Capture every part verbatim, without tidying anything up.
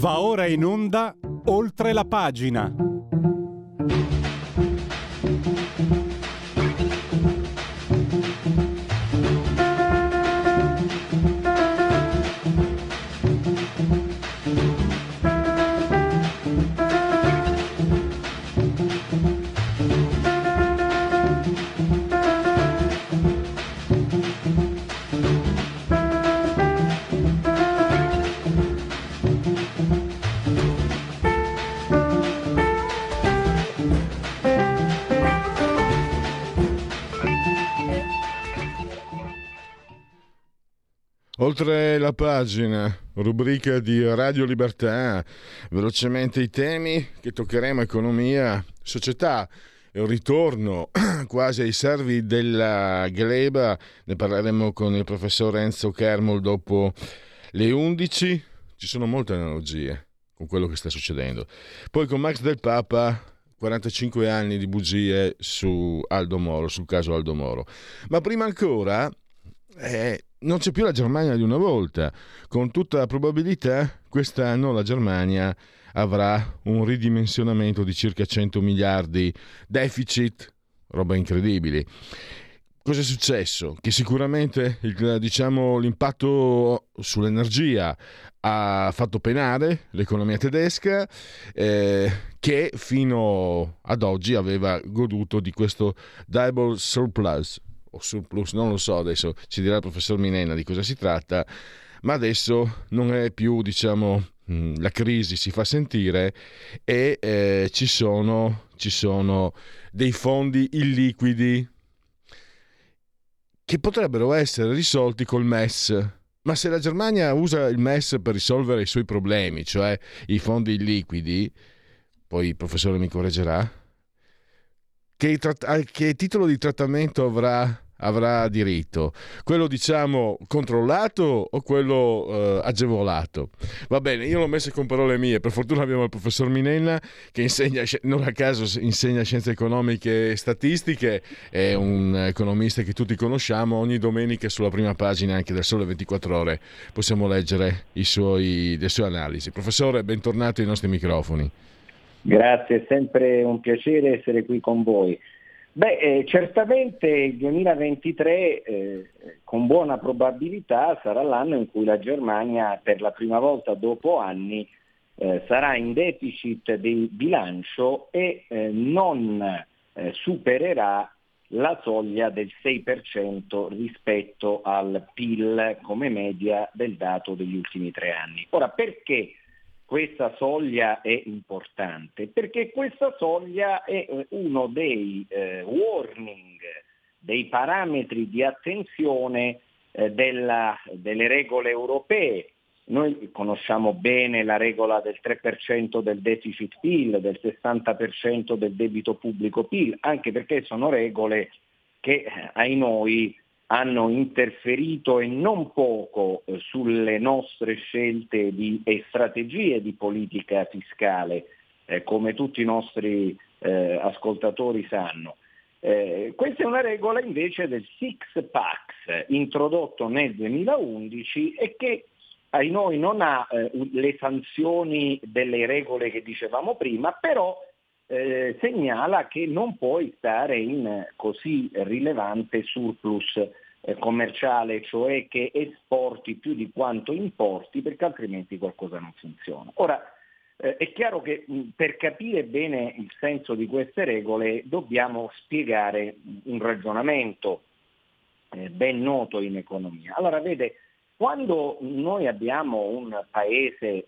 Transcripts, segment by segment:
Va ora in onda Oltre la pagina. Oltre la pagina, rubrica di Radio Libertà, velocemente i temi che toccheremo: economia, società e un ritorno quasi ai servi della gleba. Ne parleremo con il professor Enzo Kermol dopo le undici. Ci sono molte analogie con quello che sta succedendo. Poi con Max Del Papa, quarantacinque anni di bugie su Aldo Moro, sul caso Aldo Moro. Ma prima ancora, eh, non c'è più la Germania di una volta. Con tutta probabilità quest'anno la Germania avrà un ridimensionamento di circa cento miliardi, deficit, roba incredibili. Cosa è successo? Che sicuramente il, diciamo, l'impatto sull'energia ha fatto penare l'economia tedesca, eh, che fino ad oggi aveva goduto di questo double surplus o surplus, non lo so, adesso ci dirà il professor Minenna di cosa si tratta, ma adesso non è più, diciamo, la crisi si fa sentire e eh, ci sono, ci sono dei fondi illiquidi che potrebbero essere risolti col M E S. Ma se la Germania usa il M E S per risolvere i suoi problemi, cioè i fondi illiquidi, poi il professore mi correggerà, che, tratt- che titolo di trattamento avrà, avrà diritto? Quello, diciamo, controllato o quello eh, agevolato? Va bene, io l'ho messo con parole mie. Per fortuna abbiamo il professor Minenna che insegna, non a caso insegna scienze economiche e statistiche, è un economista che tutti conosciamo. Ogni domenica sulla prima pagina anche del Sole ventiquattro Ore possiamo leggere i suoi, le sue analisi. Professore, bentornato ai nostri microfoni. Grazie, è sempre un piacere essere qui con voi. Beh, eh, certamente il duemilaventitré eh, con buona probabilità sarà l'anno in cui la Germania per la prima volta dopo anni eh, sarà in deficit di bilancio e eh, non eh, supererà la soglia del sei per cento rispetto al P I L come media del dato degli ultimi tre anni. Ora, perché questa soglia è importante? Perché questa soglia è uno dei eh, warning, dei parametri di attenzione eh, della, delle regole europee. Noi conosciamo bene la regola del tre per cento del deficit P I L, del sessanta per cento del debito pubblico P I L, anche perché sono regole che, ai noi, hanno interferito e non poco eh, sulle nostre scelte di, e strategie di politica fiscale, eh, come tutti i nostri eh, ascoltatori sanno. Eh, questa è una regola invece del Six Pack, introdotto nel duemilaundici e che ai noi non ha eh, le sanzioni delle regole che dicevamo prima, però eh, segnala che non puoi stare in così rilevante surplus eh, commerciale, cioè che esporti più di quanto importi, perché altrimenti qualcosa non funziona. Ora, eh, è chiaro che mh, per capire bene il senso di queste regole dobbiamo spiegare un ragionamento eh, ben noto in economia. Allora, vede, quando noi abbiamo un paese,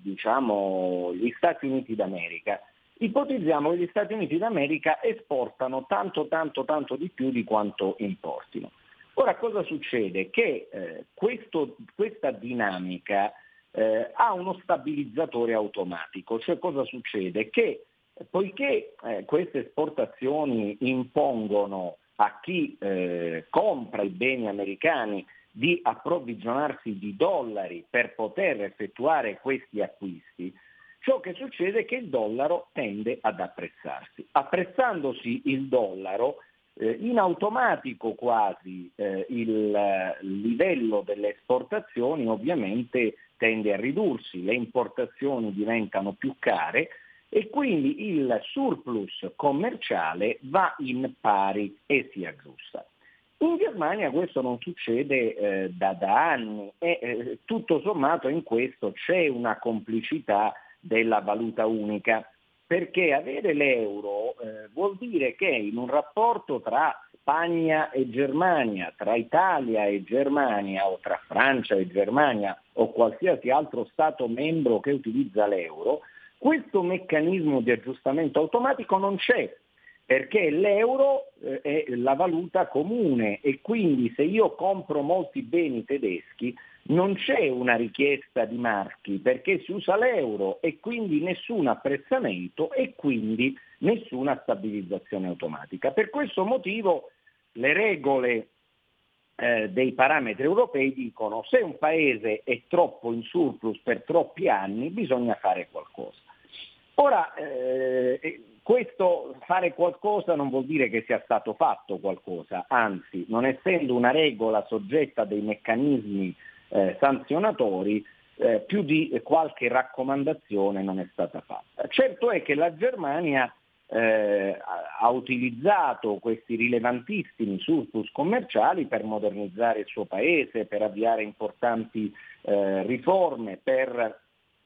diciamo gli Stati Uniti d'America, ipotizziamo che gli Stati Uniti d'America esportano tanto, tanto, tanto di più di quanto importino. Ora cosa succede? Che eh, questo, questa dinamica eh, ha uno stabilizzatore automatico, cioè cosa succede? Che eh, poiché eh, queste esportazioni impongono a chi eh, compra i beni americani di approvvigionarsi di dollari per poter effettuare questi acquisti, ciò che succede è che il dollaro tende ad apprezzarsi. Apprezzandosi il dollaro, eh, in automatico quasi eh, il eh, livello delle esportazioni ovviamente tende a ridursi, le importazioni diventano più care e quindi il surplus commerciale va in pari e si aggiusta. In Germania questo non succede eh, da, da anni e eh, tutto sommato in questo c'è una complicità della valuta unica, perché avere l'euro eh, vuol dire che in un rapporto tra Spagna e Germania, tra Italia e Germania o tra Francia e Germania o qualsiasi altro Stato membro che utilizza l'euro, questo meccanismo di aggiustamento automatico non c'è, perché l'euro eh, è la valuta comune e quindi se io compro molti beni tedeschi non c'è una richiesta di marchi perché si usa l'euro e quindi nessun apprezzamento e quindi nessuna stabilizzazione automatica. Per questo motivo le regole eh, dei parametri europei dicono se un paese è troppo in surplus per troppi anni bisogna fare qualcosa. Ora, eh, questo fare qualcosa non vuol dire che sia stato fatto qualcosa, anzi, non essendo una regola soggetta a dei meccanismi eh, sanzionatori, eh, più di qualche raccomandazione non è stata fatta. Certo è che la Germania eh, ha utilizzato questi rilevantissimi surplus commerciali per modernizzare il suo paese, per avviare importanti eh, riforme, per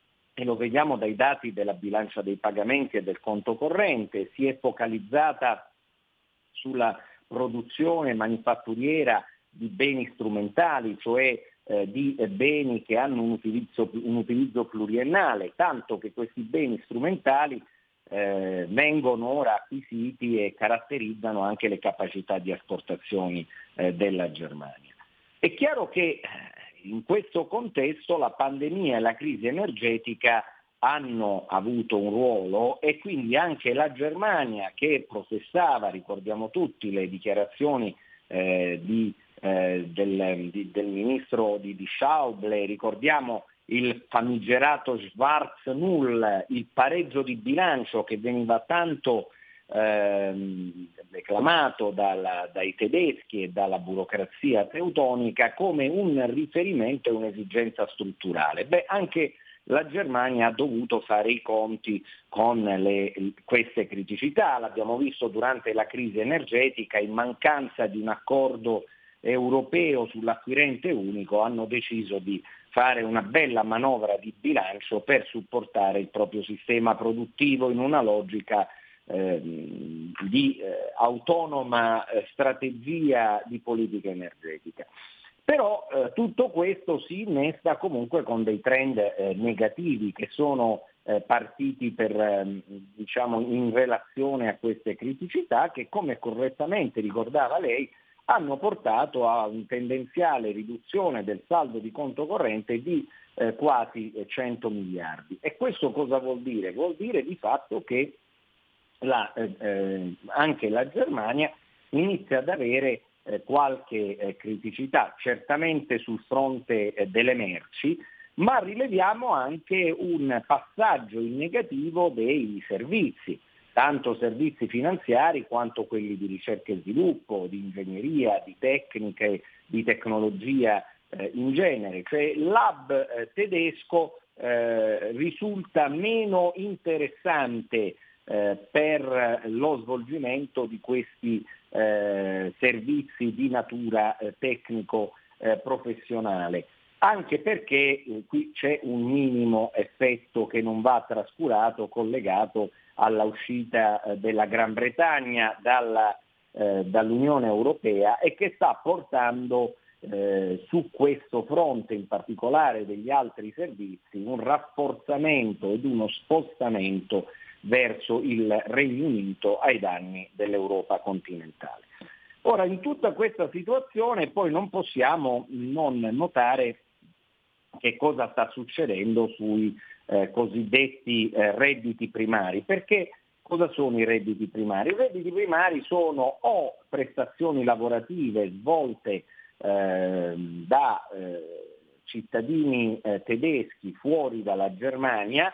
e lo vediamo dai dati della bilancia dei pagamenti e del conto corrente, si è focalizzata sulla produzione manifatturiera di beni strumentali, cioè eh, di eh, beni che hanno un utilizzo, un utilizzo pluriennale, tanto che questi beni strumentali eh, vengono ora acquisiti e caratterizzano anche le capacità di esportazioni eh, della Germania. È chiaro che in questo contesto la pandemia e la crisi energetica hanno avuto un ruolo e quindi anche la Germania, che professava, ricordiamo tutti le dichiarazioni eh, di, eh, del, di, del ministro di, di Schäuble, ricordiamo il famigerato Schwarz Null, il pareggio di bilancio che veniva tanto Ehm, reclamato dalla, dai tedeschi e dalla burocrazia teutonica come un riferimento e un'esigenza strutturale. Beh, anche la Germania ha dovuto fare i conti con le, queste criticità, l'abbiamo visto durante la crisi energetica, in mancanza di un accordo europeo sull'acquirente unico hanno deciso di fare una bella manovra di bilancio per supportare il proprio sistema produttivo in una logica Eh, di eh, autonoma eh, strategia di politica energetica. Però eh, tutto questo si innesta comunque con dei trend eh, negativi che sono eh, partiti per, eh, diciamo, in relazione a queste criticità che, come correttamente ricordava lei, hanno portato a un tendenziale riduzione del saldo di conto corrente di eh, quasi cento miliardi. E questo cosa vuol dire? Vuol dire di fatto che La, eh, anche la Germania inizia ad avere eh, qualche eh, criticità, certamente sul fronte eh, delle merci, ma rileviamo anche un passaggio in negativo dei servizi, tanto servizi finanziari quanto quelli di ricerca e sviluppo, di ingegneria, di tecniche, di tecnologia eh, in genere. Cioè l'hub eh, tedesco eh, risulta meno interessante Eh, per lo svolgimento di questi eh, servizi di natura eh, tecnico-professionale, eh, anche perché eh, qui c'è un minimo effetto che non va trascurato collegato alla uscita eh, della Gran Bretagna dalla, eh, dall'Unione Europea e che sta portando eh, su questo fronte, in particolare degli altri servizi, un rafforzamento ed uno spostamento verso il Regno Unito ai danni dell'Europa continentale. Ora, in tutta questa situazione poi non possiamo non notare che cosa sta succedendo sui eh, cosiddetti eh, redditi primari, perché cosa sono i redditi primari? I redditi primari sono o prestazioni lavorative svolte eh, da eh, cittadini eh, tedeschi fuori dalla Germania,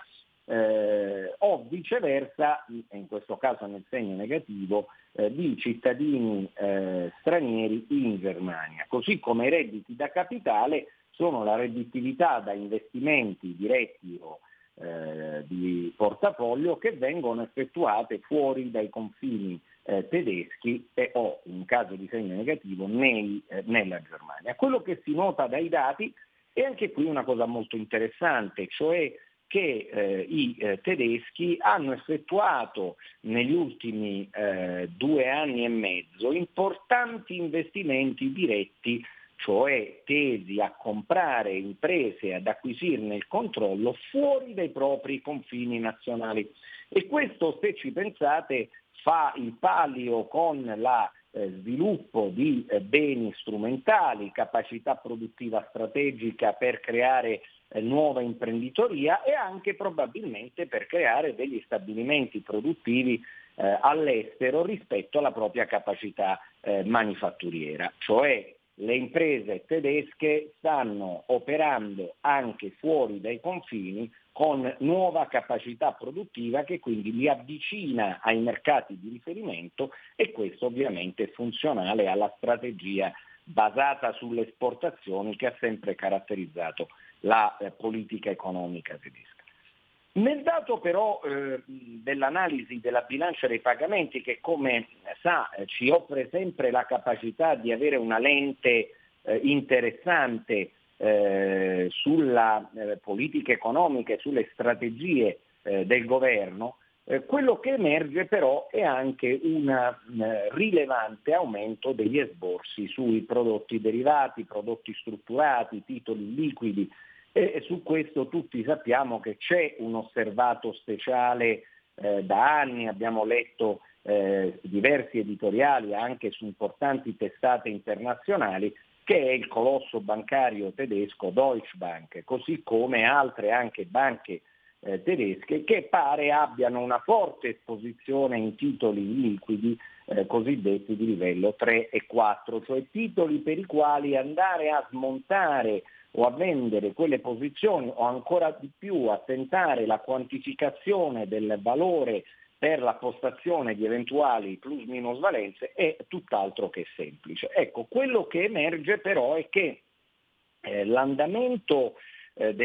Eh, o viceversa, in questo caso nel segno negativo, eh, di cittadini eh, stranieri in Germania, così come i redditi da capitale sono la redditività da investimenti diretti o eh, di portafoglio che vengono effettuate fuori dai confini eh, tedeschi e o, in caso di segno negativo, nei, eh, nella Germania. Quello che si nota dai dati è anche qui una cosa molto interessante, cioè che eh, i eh, tedeschi hanno effettuato negli ultimi eh, due anni e mezzo importanti investimenti diretti, cioè tesi a comprare imprese e ad acquisirne il controllo fuori dai propri confini nazionali. E questo, se ci pensate, fa il palio con la eh, sviluppo di eh, beni strumentali, capacità produttiva strategica per creare eh, nuova imprenditoria e anche probabilmente per creare degli stabilimenti produttivi eh, all'estero rispetto alla propria capacità eh, manifatturiera. Cioè le imprese tedesche stanno operando anche fuori dai confini con nuova capacità produttiva che quindi li avvicina ai mercati di riferimento, e questo ovviamente è funzionale alla strategia basata sulle esportazioni che ha sempre caratterizzato la eh, politica economica tedesca. Nel dato però eh, dell'analisi della bilancia dei pagamenti, che come sa eh, ci offre sempre la capacità di avere una lente eh, interessante eh, sulla eh, politica economica e sulle strategie eh, del governo, eh, quello che emerge però è anche un eh, rilevante aumento degli esborsi sui prodotti derivati, prodotti strutturati, titoli liquidi. E su questo tutti sappiamo che c'è un osservato speciale eh, da anni, abbiamo letto eh, diversi editoriali anche su importanti testate internazionali, che è il colosso bancario tedesco Deutsche Bank, così come altre anche banche eh, tedesche che pare abbiano una forte esposizione in titoli liquidi eh, cosiddetti di livello tre e quattro, cioè titoli per i quali andare a smontare o a vendere quelle posizioni, o ancora di più a tentare la quantificazione del valore per la postazione di eventuali plus minus valenze, è tutt'altro che semplice. Ecco, quello che emerge però è che eh, l'andamento eh,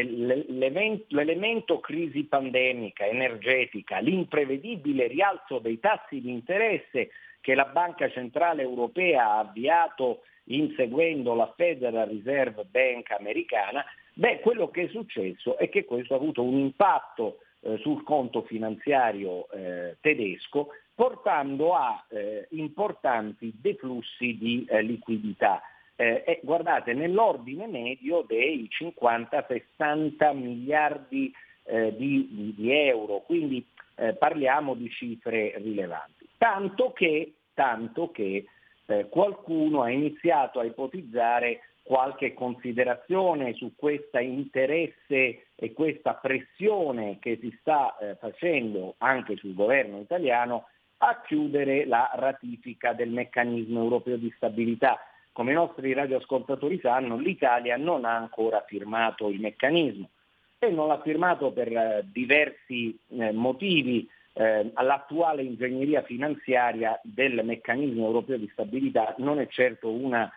dell'elemento crisi pandemica, energetica, l'imprevedibile rialzo dei tassi di interesse che la Banca Centrale Europea ha avviato inseguendo la Federal Reserve Bank americana, beh, quello che è successo è che questo ha avuto un impatto eh, sul conto finanziario eh, tedesco, portando a eh, importanti deflussi di eh, liquidità. Eh, e guardate, nell'ordine medio dei cinquanta sessanta miliardi eh, di, di, di euro, quindi eh, parliamo di cifre rilevanti. Tanto che, tanto che Eh, qualcuno ha iniziato a ipotizzare qualche considerazione su questo interesse e questa pressione che si sta eh, facendo anche sul governo italiano a chiudere la ratifica del meccanismo europeo di stabilità. Come i nostri radioascoltatori sanno, l'Italia non ha ancora firmato il meccanismo e non l'ha firmato per eh, diversi eh, motivi. Eh, all'attuale ingegneria finanziaria del meccanismo europeo di stabilità non è certo una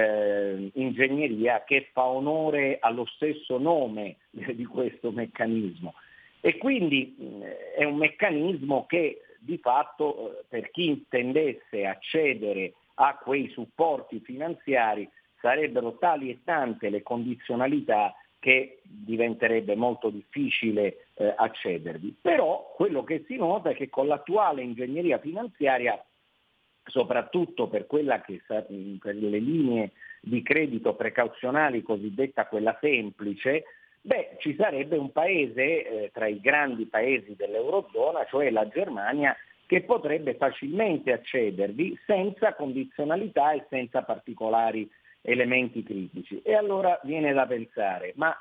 eh, ingegneria che fa onore allo stesso nome di questo meccanismo, e quindi eh, è un meccanismo che di fatto eh, per chi intendesse accedere a quei supporti finanziari sarebbero tali e tante le condizionalità che diventerebbe molto difficile eh, accedervi. Però quello che si nota è che con l'attuale ingegneria finanziaria, soprattutto per quella che per le linee di credito precauzionali, cosiddetta quella semplice, beh, ci sarebbe un paese eh, tra i grandi paesi dell'Eurozona, cioè la Germania, che potrebbe facilmente accedervi senza condizionalità e senza particolari elementi critici. E allora viene da pensare, ma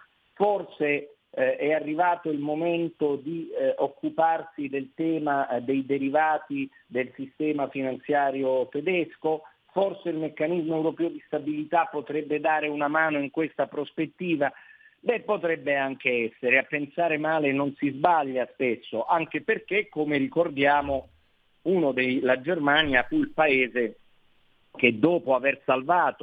forse eh, è arrivato il momento di eh, occuparsi del tema eh, dei derivati del sistema finanziario tedesco? Forse il meccanismo europeo di stabilità potrebbe dare una mano in questa prospettiva? Beh, potrebbe anche essere. A pensare male non si sbaglia spesso, anche perché, come ricordiamo, uno dei, la Germania fu il paese che dopo aver salvato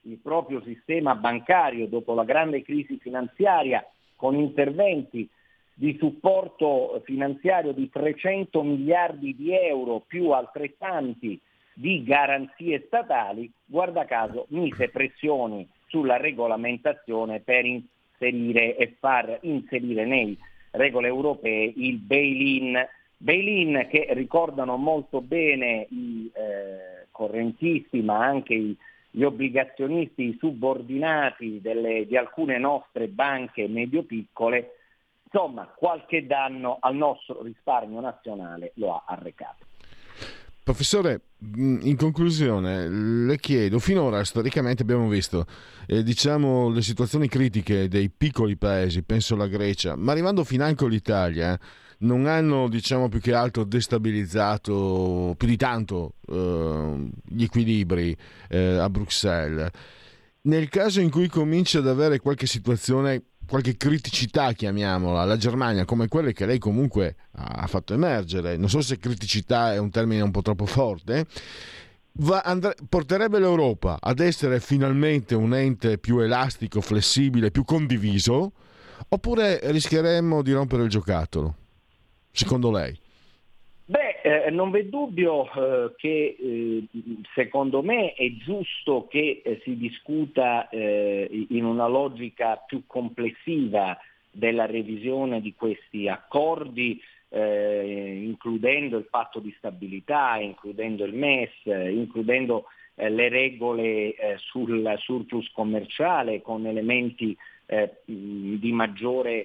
il proprio sistema bancario dopo la grande crisi finanziaria, con interventi di supporto finanziario di trecento miliardi di euro più altrettanti di garanzie statali, guarda caso mise pressioni sulla regolamentazione per inserire e far inserire nei regole europee il bail-in, bail-in che ricordano molto bene i eh, correntisti ma anche i, gli obbligazionisti subordinati delle, di alcune nostre banche medio-piccole. Insomma, qualche danno al nostro risparmio nazionale lo ha arrecato. Professore, in conclusione le chiedo, finora storicamente abbiamo visto eh, diciamo le situazioni critiche dei piccoli paesi, penso alla Grecia, ma arrivando financo all'Italia non hanno diciamo più che altro destabilizzato più di tanto eh, gli equilibri eh, a Bruxelles. Nel caso in cui comincia ad avere qualche situazione, qualche criticità, chiamiamola, la Germania, come quelle che lei comunque ha fatto emergere, non so se criticità è un termine un po' troppo forte, va, andre, porterebbe l'Europa ad essere finalmente un ente più elastico, flessibile, più condiviso, oppure rischieremmo di rompere il giocattolo, secondo lei? Beh, eh, non v'è dubbio eh, che eh, secondo me è giusto che eh, si discuta eh, in una logica più complessiva della revisione di questi accordi, eh, includendo il patto di stabilità, includendo il M E S, includendo eh, le regole eh, sul surplus commerciale con elementi eh, di maggiore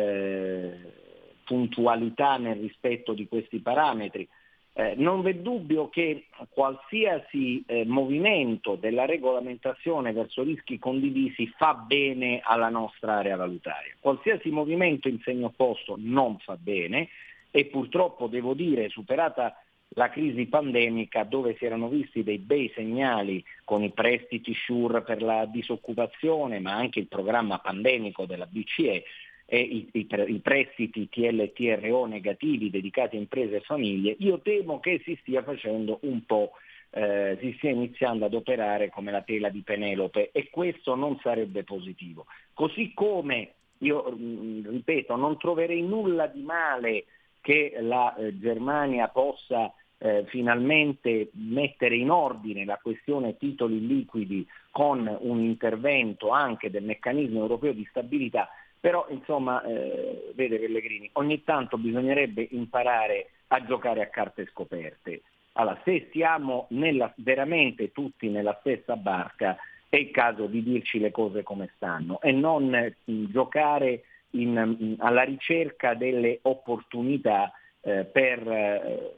eh, puntualità nel rispetto di questi parametri. Eh, non v'è dubbio che qualsiasi eh, movimento della regolamentazione verso rischi condivisi fa bene alla nostra area valutaria. Qualsiasi movimento in segno opposto non fa bene e purtroppo devo dire, superata la crisi pandemica, dove si erano visti dei bei segnali con i prestiti SURE per la disoccupazione, ma anche il programma pandemico della B C E, e i, i, i prestiti T L T R O negativi dedicati a imprese e famiglie, io temo che si stia facendo un po', eh, si stia iniziando ad operare come la tela di Penelope e questo non sarebbe positivo. Così come, io mh, ripeto, non troverei nulla di male che la eh, Germania possa eh, finalmente mettere in ordine la questione titoli liquidi con un intervento anche del meccanismo europeo di stabilità. Però insomma, eh, vede Pellegrini, ogni tanto bisognerebbe imparare a giocare a carte scoperte. Allora, se siamo nella, veramente tutti nella stessa barca, è il caso di dirci le cose come stanno e non eh, giocare in, in, alla ricerca delle opportunità eh, per eh,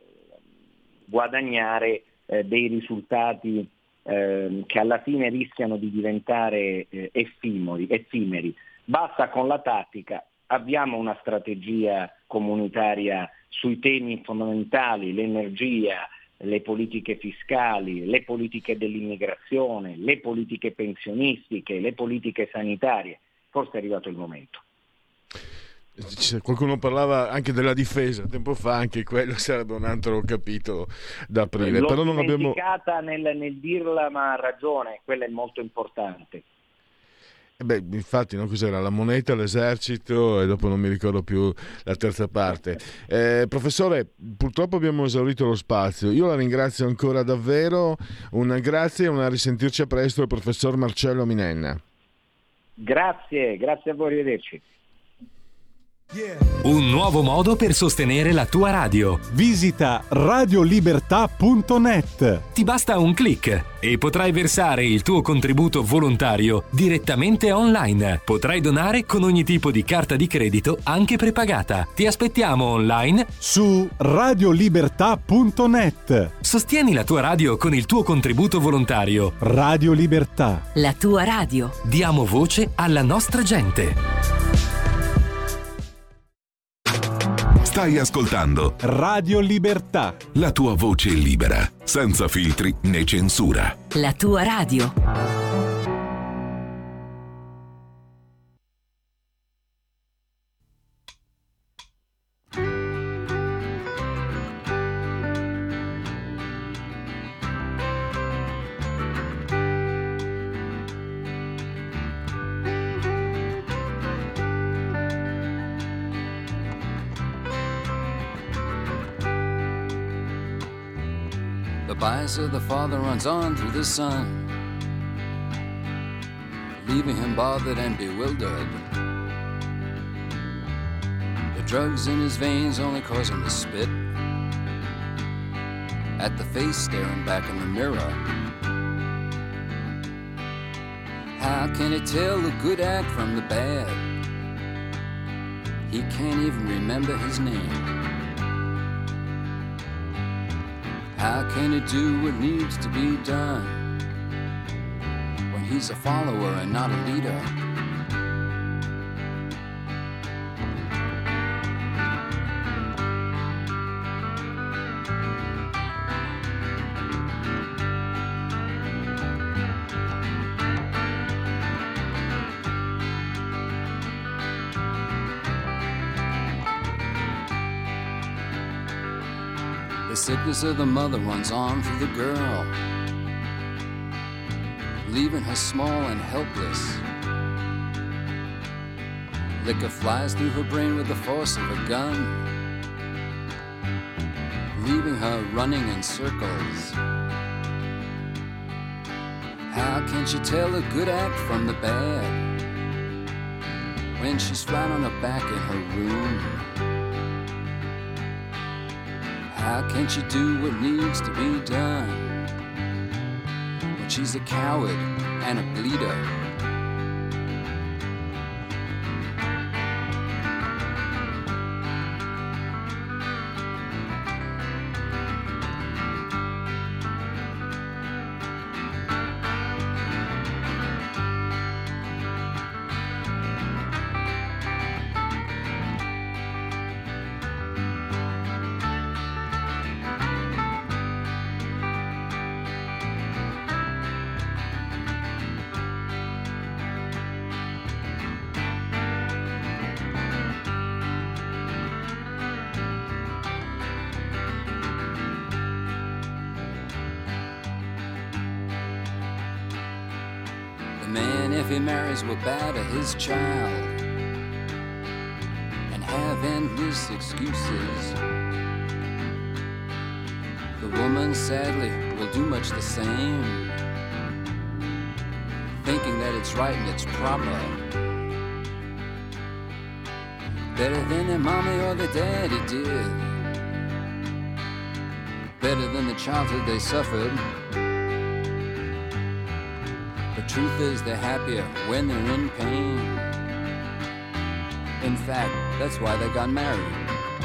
guadagnare eh, dei risultati eh, che alla fine rischiano di diventare eh, effimeri, effimeri. Basta con la tattica, abbiamo una strategia comunitaria sui temi fondamentali, l'energia, le politiche fiscali, le politiche dell'immigrazione, le politiche pensionistiche, le politiche sanitarie. Forse è arrivato il momento. Qualcuno parlava anche della difesa tempo fa, anche quello sarebbe un altro capitolo da aprire. L'ho Però non abbiamo dimenticata nel, nel dirla, ma ha ragione, quella è molto importante. Beh, infatti, no? Cos'era? La moneta, l'esercito e dopo non mi ricordo più la terza parte. Eh, professore, purtroppo abbiamo esaurito lo spazio. Io la ringrazio ancora davvero. Un grazie e una risentirci a presto, il professor Marcello Minenna. Grazie, grazie a voi, arrivederci. Un nuovo modo per sostenere la tua radio. Visita radiolibertà punto net. Ti basta un click e potrai versare il tuo contributo volontario direttamente online. Potrai donare con ogni tipo di carta di credito, anche prepagata. Ti aspettiamo online su radiolibertà punto net. Sostieni la tua radio con il tuo contributo volontario. Radio Libertà. La tua radio. Diamo voce alla nostra gente. Stai ascoltando Radio Libertà. La tua voce libera, senza filtri né censura. La tua radio. The bias of the father runs on through the son, leaving him bothered and bewildered. The drugs in his veins only cause him to spit at the face staring back in the mirror. How can he tell the good act from the bad? He can't even remember his name. How can he do what needs to be done when he's a follower and not a leader? The sickness of the mother runs on through the girl, leaving her small and helpless. Liquor flies through her brain with the force of a gun, leaving her running in circles. How can she tell a good act from the bad when she's flat on her back in her room? How can she do what needs to be done when she's a coward and a bleeder? If he marries will batter his child and have endless excuses. The woman sadly will do much the same, thinking that it's right and it's proper, better than their mommy or their daddy did, better than the childhood they suffered. The truth is they're happier when they're in pain. In fact, that's why they got married.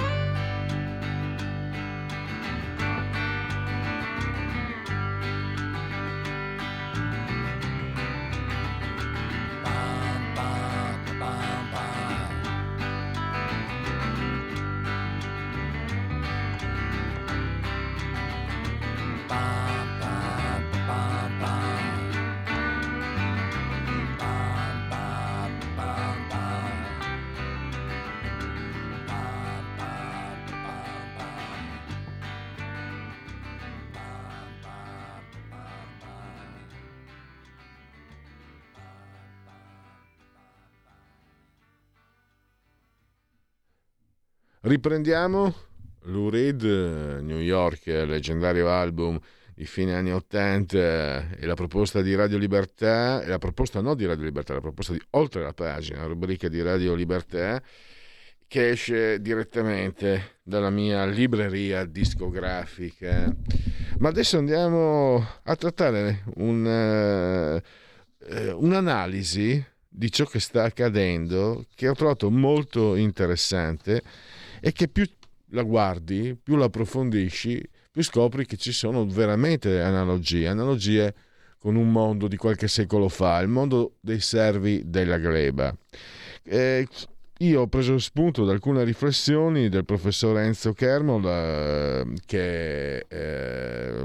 Riprendiamo Lou Reed, New York, leggendario album di fine anni ottanta, e la proposta di Radio Libertà, e la proposta no di Radio Libertà, la proposta di Oltre la Pagina, la rubrica di Radio Libertà, che esce direttamente dalla mia libreria discografica. Ma adesso andiamo a trattare un, uh, un'analisi di ciò che sta accadendo, che ho trovato molto interessante e che più la guardi, più la approfondisci, più scopri che ci sono veramente analogie, analogie con un mondo di qualche secolo fa, il mondo dei servi della gleba. Eh, io ho preso spunto da alcune riflessioni del professor Enzo Kermol, eh, che è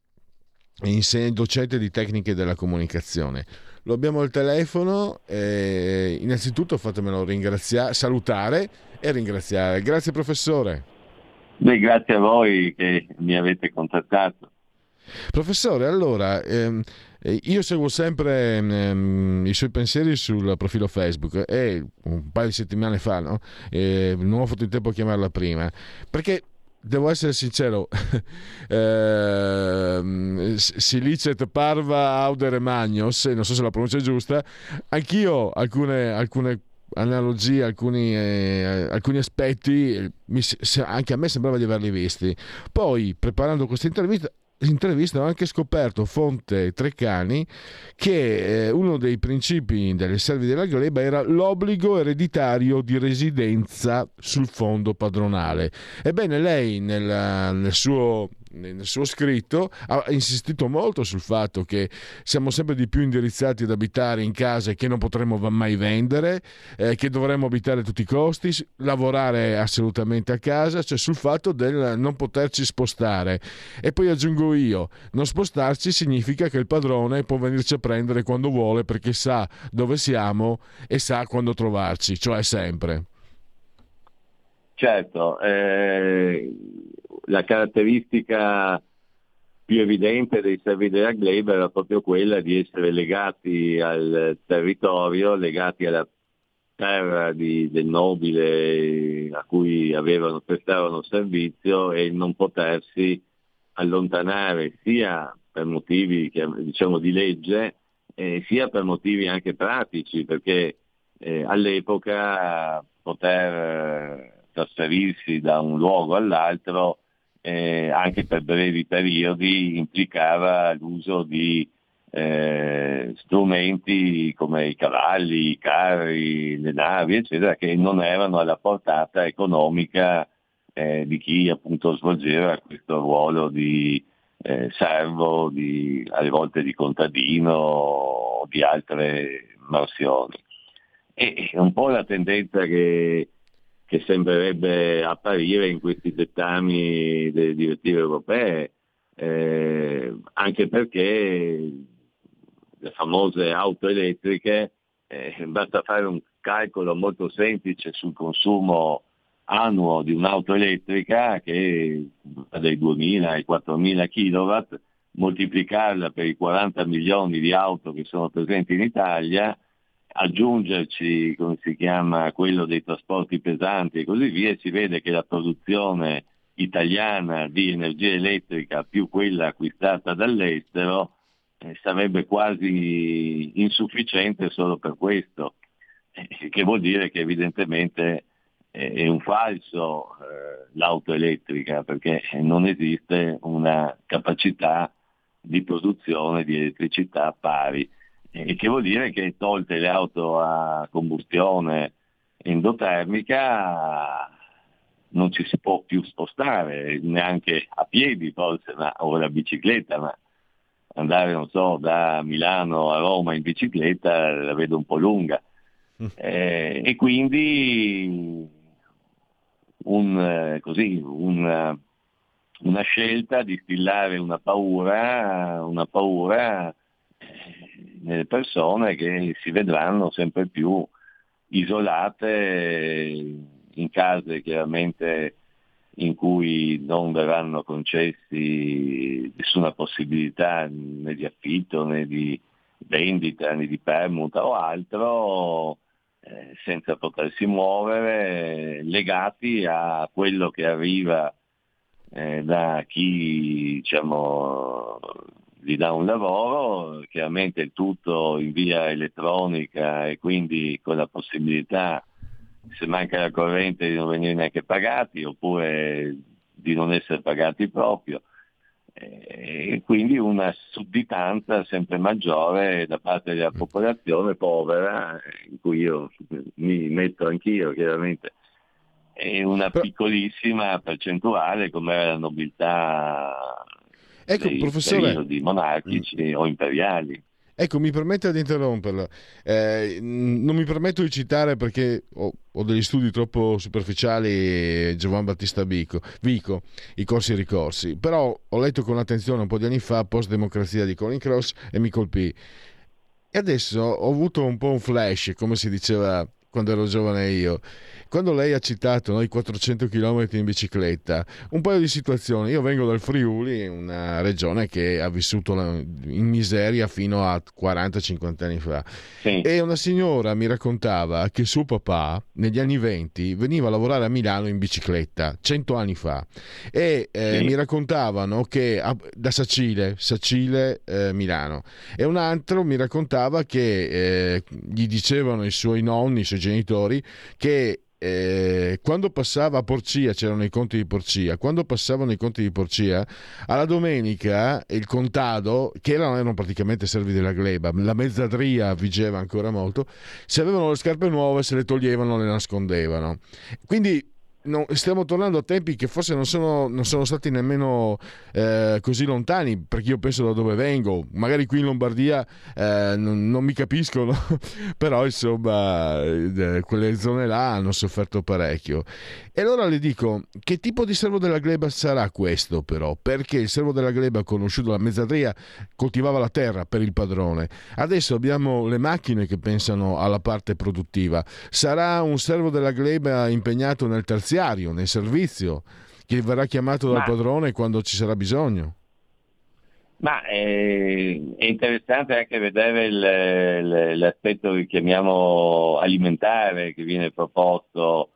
eh, docente di tecniche della comunicazione. Lo abbiamo al telefono e innanzitutto fatemelo ringraziare, salutare e ringraziare. Grazie professore. Beh, grazie a voi che mi avete contattato. Professore, allora, ehm, io seguo sempre ehm, i suoi pensieri sul profilo Facebook e un paio di settimane fa, no? Eh, non ho fatto in tempo a chiamarla prima, perché devo essere sincero, eh, silicet parva audere magnos, non so se la pronuncia è giusta, anch'io alcune, alcune analogie, alcuni, eh, alcuni aspetti mi, anche a me sembrava di averli visti. Poi preparando questa intervista intervista ho anche scoperto, fonte Treccani, che eh, uno dei principi delle servi della gleba era l'obbligo ereditario di residenza sul fondo padronale. Ebbene, lei nel, nel suo nel suo scritto ha insistito molto sul fatto che siamo sempre di più indirizzati ad abitare in case che non potremo mai vendere, eh, che dovremmo abitare a tutti i costi, lavorare assolutamente a casa, cioè sul fatto del non poterci spostare. E poi aggiungo io, non spostarci significa che il padrone può venirci a prendere quando vuole, perché sa dove siamo e sa quando trovarci, cioè sempre. Certo, eh, la caratteristica più evidente dei servi della gleba era proprio quella di essere legati al territorio, legati alla terra di, del nobile a cui avevano, prestavano servizio, e non potersi allontanare sia per motivi, diciamo, di legge, eh, sia per motivi anche pratici, perché eh, all'epoca poter trasferirsi da un luogo all'altro eh, anche per brevi periodi implicava l'uso di eh, strumenti come i cavalli, i carri, le navi, eccetera, che non erano alla portata economica eh, di chi appunto svolgeva questo ruolo di eh, servo, di, alle volte di contadino o di altre mansioni. E un po' la tendenza che che sembrerebbe apparire in questi dettami delle direttive europee, eh, anche perché le famose auto elettriche, eh, basta fare un calcolo molto semplice sul consumo annuo di un'auto elettrica, che va dai duemila ai quattromila kilowatt, moltiplicarla per i quaranta milioni di auto che sono presenti in Italia, aggiungerci, come si chiama, quello dei trasporti pesanti e così via, e si vede che la produzione italiana di energia elettrica più quella acquistata dall'estero eh, sarebbe quasi insufficiente solo per questo, eh, che vuol dire che evidentemente eh, è un falso eh, l'auto elettrica, perché non esiste una capacità di produzione di elettricità pari. E che vuol dire che, tolte le auto a combustione endotermica, non ci si può più spostare, neanche a piedi forse, ma, o la bicicletta, ma andare, non so, da Milano a Roma in bicicletta la vedo un po' lunga. Mm. Eh, e quindi un, così, un, una scelta di instillare una paura, una paura nelle persone che si vedranno sempre più isolate in case chiaramente in cui non verranno concessi nessuna possibilità né di affitto né di vendita né di permuta o altro, eh, senza potersi muovere, legati a quello che arriva eh, da chi, diciamo, gli dà un lavoro, chiaramente il tutto in via elettronica e quindi con la possibilità, se manca la corrente, di non venire neanche pagati oppure di non essere pagati proprio, e quindi una sudditanza sempre maggiore da parte della popolazione povera, in cui io mi metto anch'io chiaramente, e una piccolissima percentuale come era la nobiltà. Ecco, dei professore, periodi monarchici mm. o imperiali. Ecco, mi permette di interromperla. Eh, non mi permetto di citare perché ho, ho degli studi troppo superficiali Giovan Battista Vico, Vico, i corsi e ricorsi, però ho letto con attenzione un po' di anni fa Post Democrazia di Colin Cross e mi colpì. E adesso ho avuto un po' un flash, come si diceva quando ero giovane io. Quando lei ha citato noi quattrocento chilometri in bicicletta, un paio di situazioni. Io vengo dal Friuli, una regione che ha vissuto in miseria fino a quaranta cinquanta anni fa. Sì. E una signora mi raccontava che suo papà negli anni venti veniva a lavorare a Milano in bicicletta, cento anni fa. E eh, sì. mi raccontavano che a, da Sacile, Sacile eh, Milano. E un altro mi raccontava che eh, gli dicevano i suoi nonni, i suoi genitori, che Eh, quando passava a Porcia, c'erano i conti di Porcia, quando passavano i conti di Porcia alla domenica il contado, che erano, erano praticamente servi della gleba, la mezzadria vigeva ancora molto, se avevano le scarpe nuove se le toglievano, le nascondevano. Quindi no, stiamo tornando a tempi che forse non sono, non sono stati nemmeno eh, così lontani, perché io penso da dove vengo, magari qui in Lombardia eh, non, non mi capiscono, però insomma eh, quelle zone là hanno sofferto parecchio. E allora le dico, che tipo di servo della gleba sarà questo però? Perché il servo della gleba, conosciuto la mezzadria, coltivava la terra per il padrone. Adesso abbiamo le macchine che pensano alla parte produttiva. Sarà un servo della gleba impegnato nel terziario, nel servizio, che verrà chiamato dal ma, padrone quando ci sarà bisogno. Ma è, è interessante anche vedere il, l'aspetto che chiamiamo alimentare che viene proposto,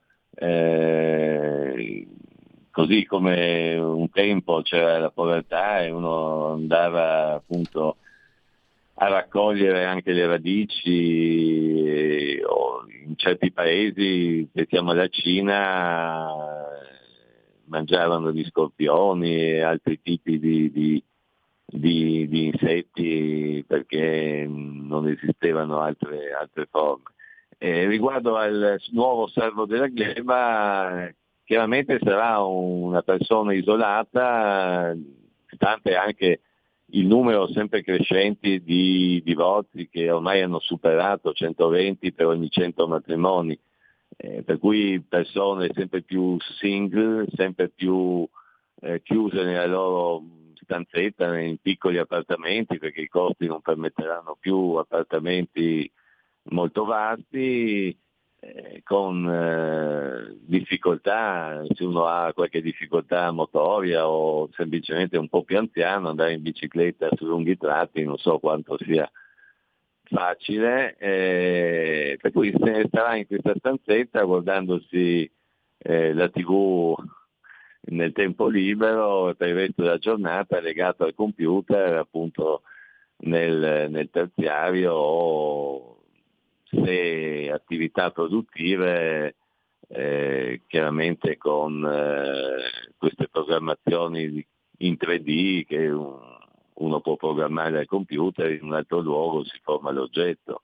eh, così come un tempo c'era la povertà e uno andava appunto a raccogliere anche le radici, e, o in certi paesi, pensiamo alla Cina, mangiavano gli scorpioni e altri tipi di, di, di, di insetti perché non esistevano altre, altre forme. E riguardo al nuovo servo della gleba, chiaramente sarà una persona isolata, stante anche il numero sempre crescente di divorzi che ormai hanno superato centoventi per ogni cento matrimoni, eh, per cui persone sempre più single, sempre più eh, chiuse nella loro stanzetta, in piccoli appartamenti, perché i costi non permetteranno più appartamenti molto vasti, eh, con eh, difficoltà, se uno ha qualche difficoltà motoria o semplicemente un po' più anziano, andare in bicicletta su lunghi tratti non so quanto sia facile, eh, per cui se ne starà in questa stanzetta guardandosi eh, la tivù nel tempo libero per il resto della giornata, legato al computer appunto nel, nel terziario, o se attività produttive, eh, chiaramente con eh, queste programmazioni in tre D che un, uno può programmare al computer, in un altro luogo si forma l'oggetto.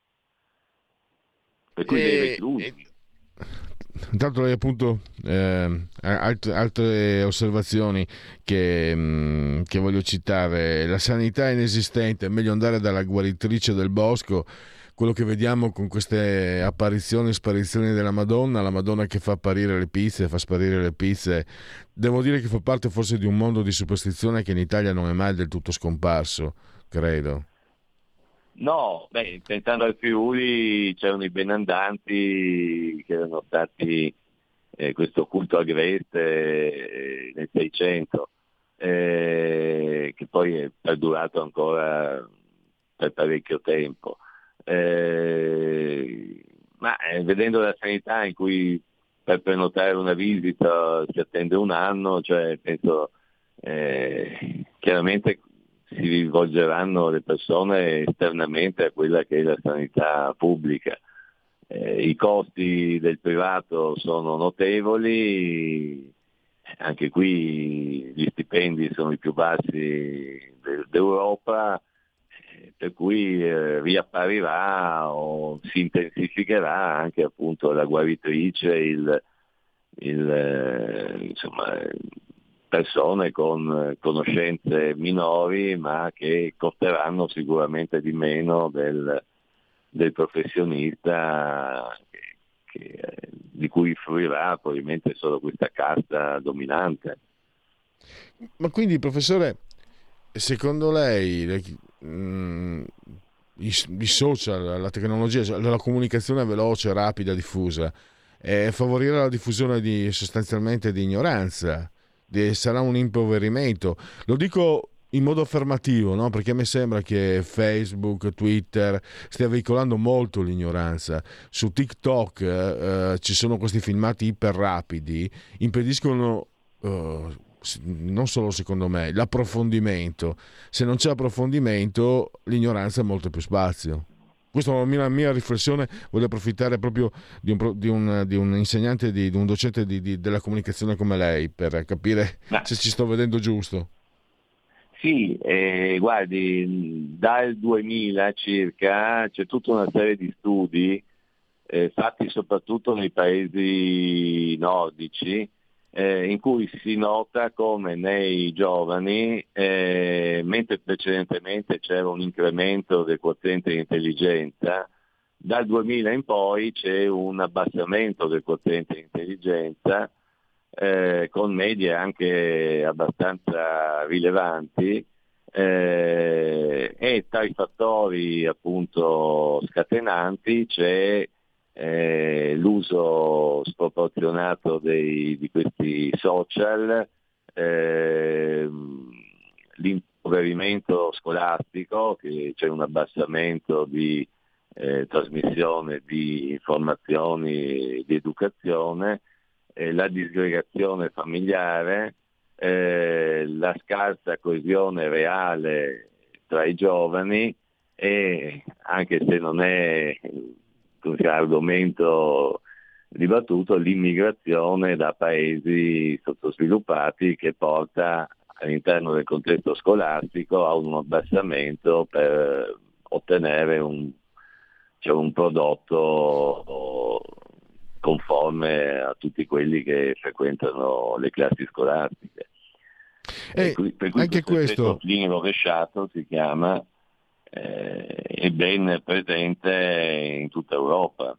Per cui e, dei reclusi. Intanto lei appunto eh, alt- altre osservazioni che, mh, che voglio citare. La sanità è inesistente, è meglio andare dalla guaritrice del bosco. Quello che vediamo con queste apparizioni e sparizioni della Madonna, la Madonna che fa apparire le pizze, fa sparire le pizze, devo dire che fa parte forse di un mondo di superstizione che in Italia non è mai del tutto scomparso, credo. No, beh, pensando al Friuli c'erano i benandanti che erano stati eh, questo culto agreste eh, nel Seicento, eh, che poi è perdurato ancora per parecchio tempo. Eh, ma eh, vedendo la sanità in cui per prenotare una visita si attende un anno, cioè penso eh, chiaramente si rivolgeranno le persone esternamente a quella che è la sanità pubblica. Eh, i costi del privato sono notevoli, anche qui gli stipendi sono i più bassi d'Europa, per cui eh, riapparirà o si intensificherà anche appunto la guaritrice, il, il, eh, insomma, persone con conoscenze minori ma che costeranno sicuramente di meno del, del professionista che, che, di cui fruirà probabilmente solo questa casta dominante. Ma quindi professore, secondo lei mh, i, i social, la tecnologia, la comunicazione veloce, rapida, diffusa, e favorire la diffusione di sostanzialmente di ignoranza, di, sarà un impoverimento. Lo dico in modo affermativo, no? Perché a me sembra che Facebook, Twitter stia veicolando molto l'ignoranza. Su TikTok eh, ci sono questi filmati iper rapidi, impediscono eh, non solo secondo me l'approfondimento. Se non c'è approfondimento, l'ignoranza ha molto più spazio. Questa è una mia, mia riflessione. Voglio approfittare proprio di un, di un, di un insegnante, di, di un docente di, di, della comunicazione come lei, per capire no. se ci sto vedendo giusto. Sì, eh, guardi, dal duemila circa c'è tutta una serie di studi eh, fatti soprattutto nei paesi nordici, eh, in cui si nota come nei giovani, eh, mentre precedentemente c'era un incremento del quoziente di intelligenza, dal duemila in poi c'è un abbassamento del quoziente di intelligenza, Eh, con medie anche abbastanza rilevanti, eh, e tra i fattori appunto scatenanti c'è eh, l'uso sproporzionato dei, di questi social, eh, l'impoverimento scolastico, che c'è un abbassamento di eh, trasmissione di informazioni, di educazione, Eh, la disgregazione familiare, eh, la scarsa coesione reale tra i giovani e, anche se non è un argomento dibattuto, l'immigrazione da paesi sottosviluppati, che porta all'interno del contesto scolastico a un abbassamento per ottenere un, cioè un prodotto conforme a tutti quelli che frequentano le classi scolastiche. E, e cui, per cui anche questo plinio rovesciato si chiama, eh, è ben presente in tutta Europa.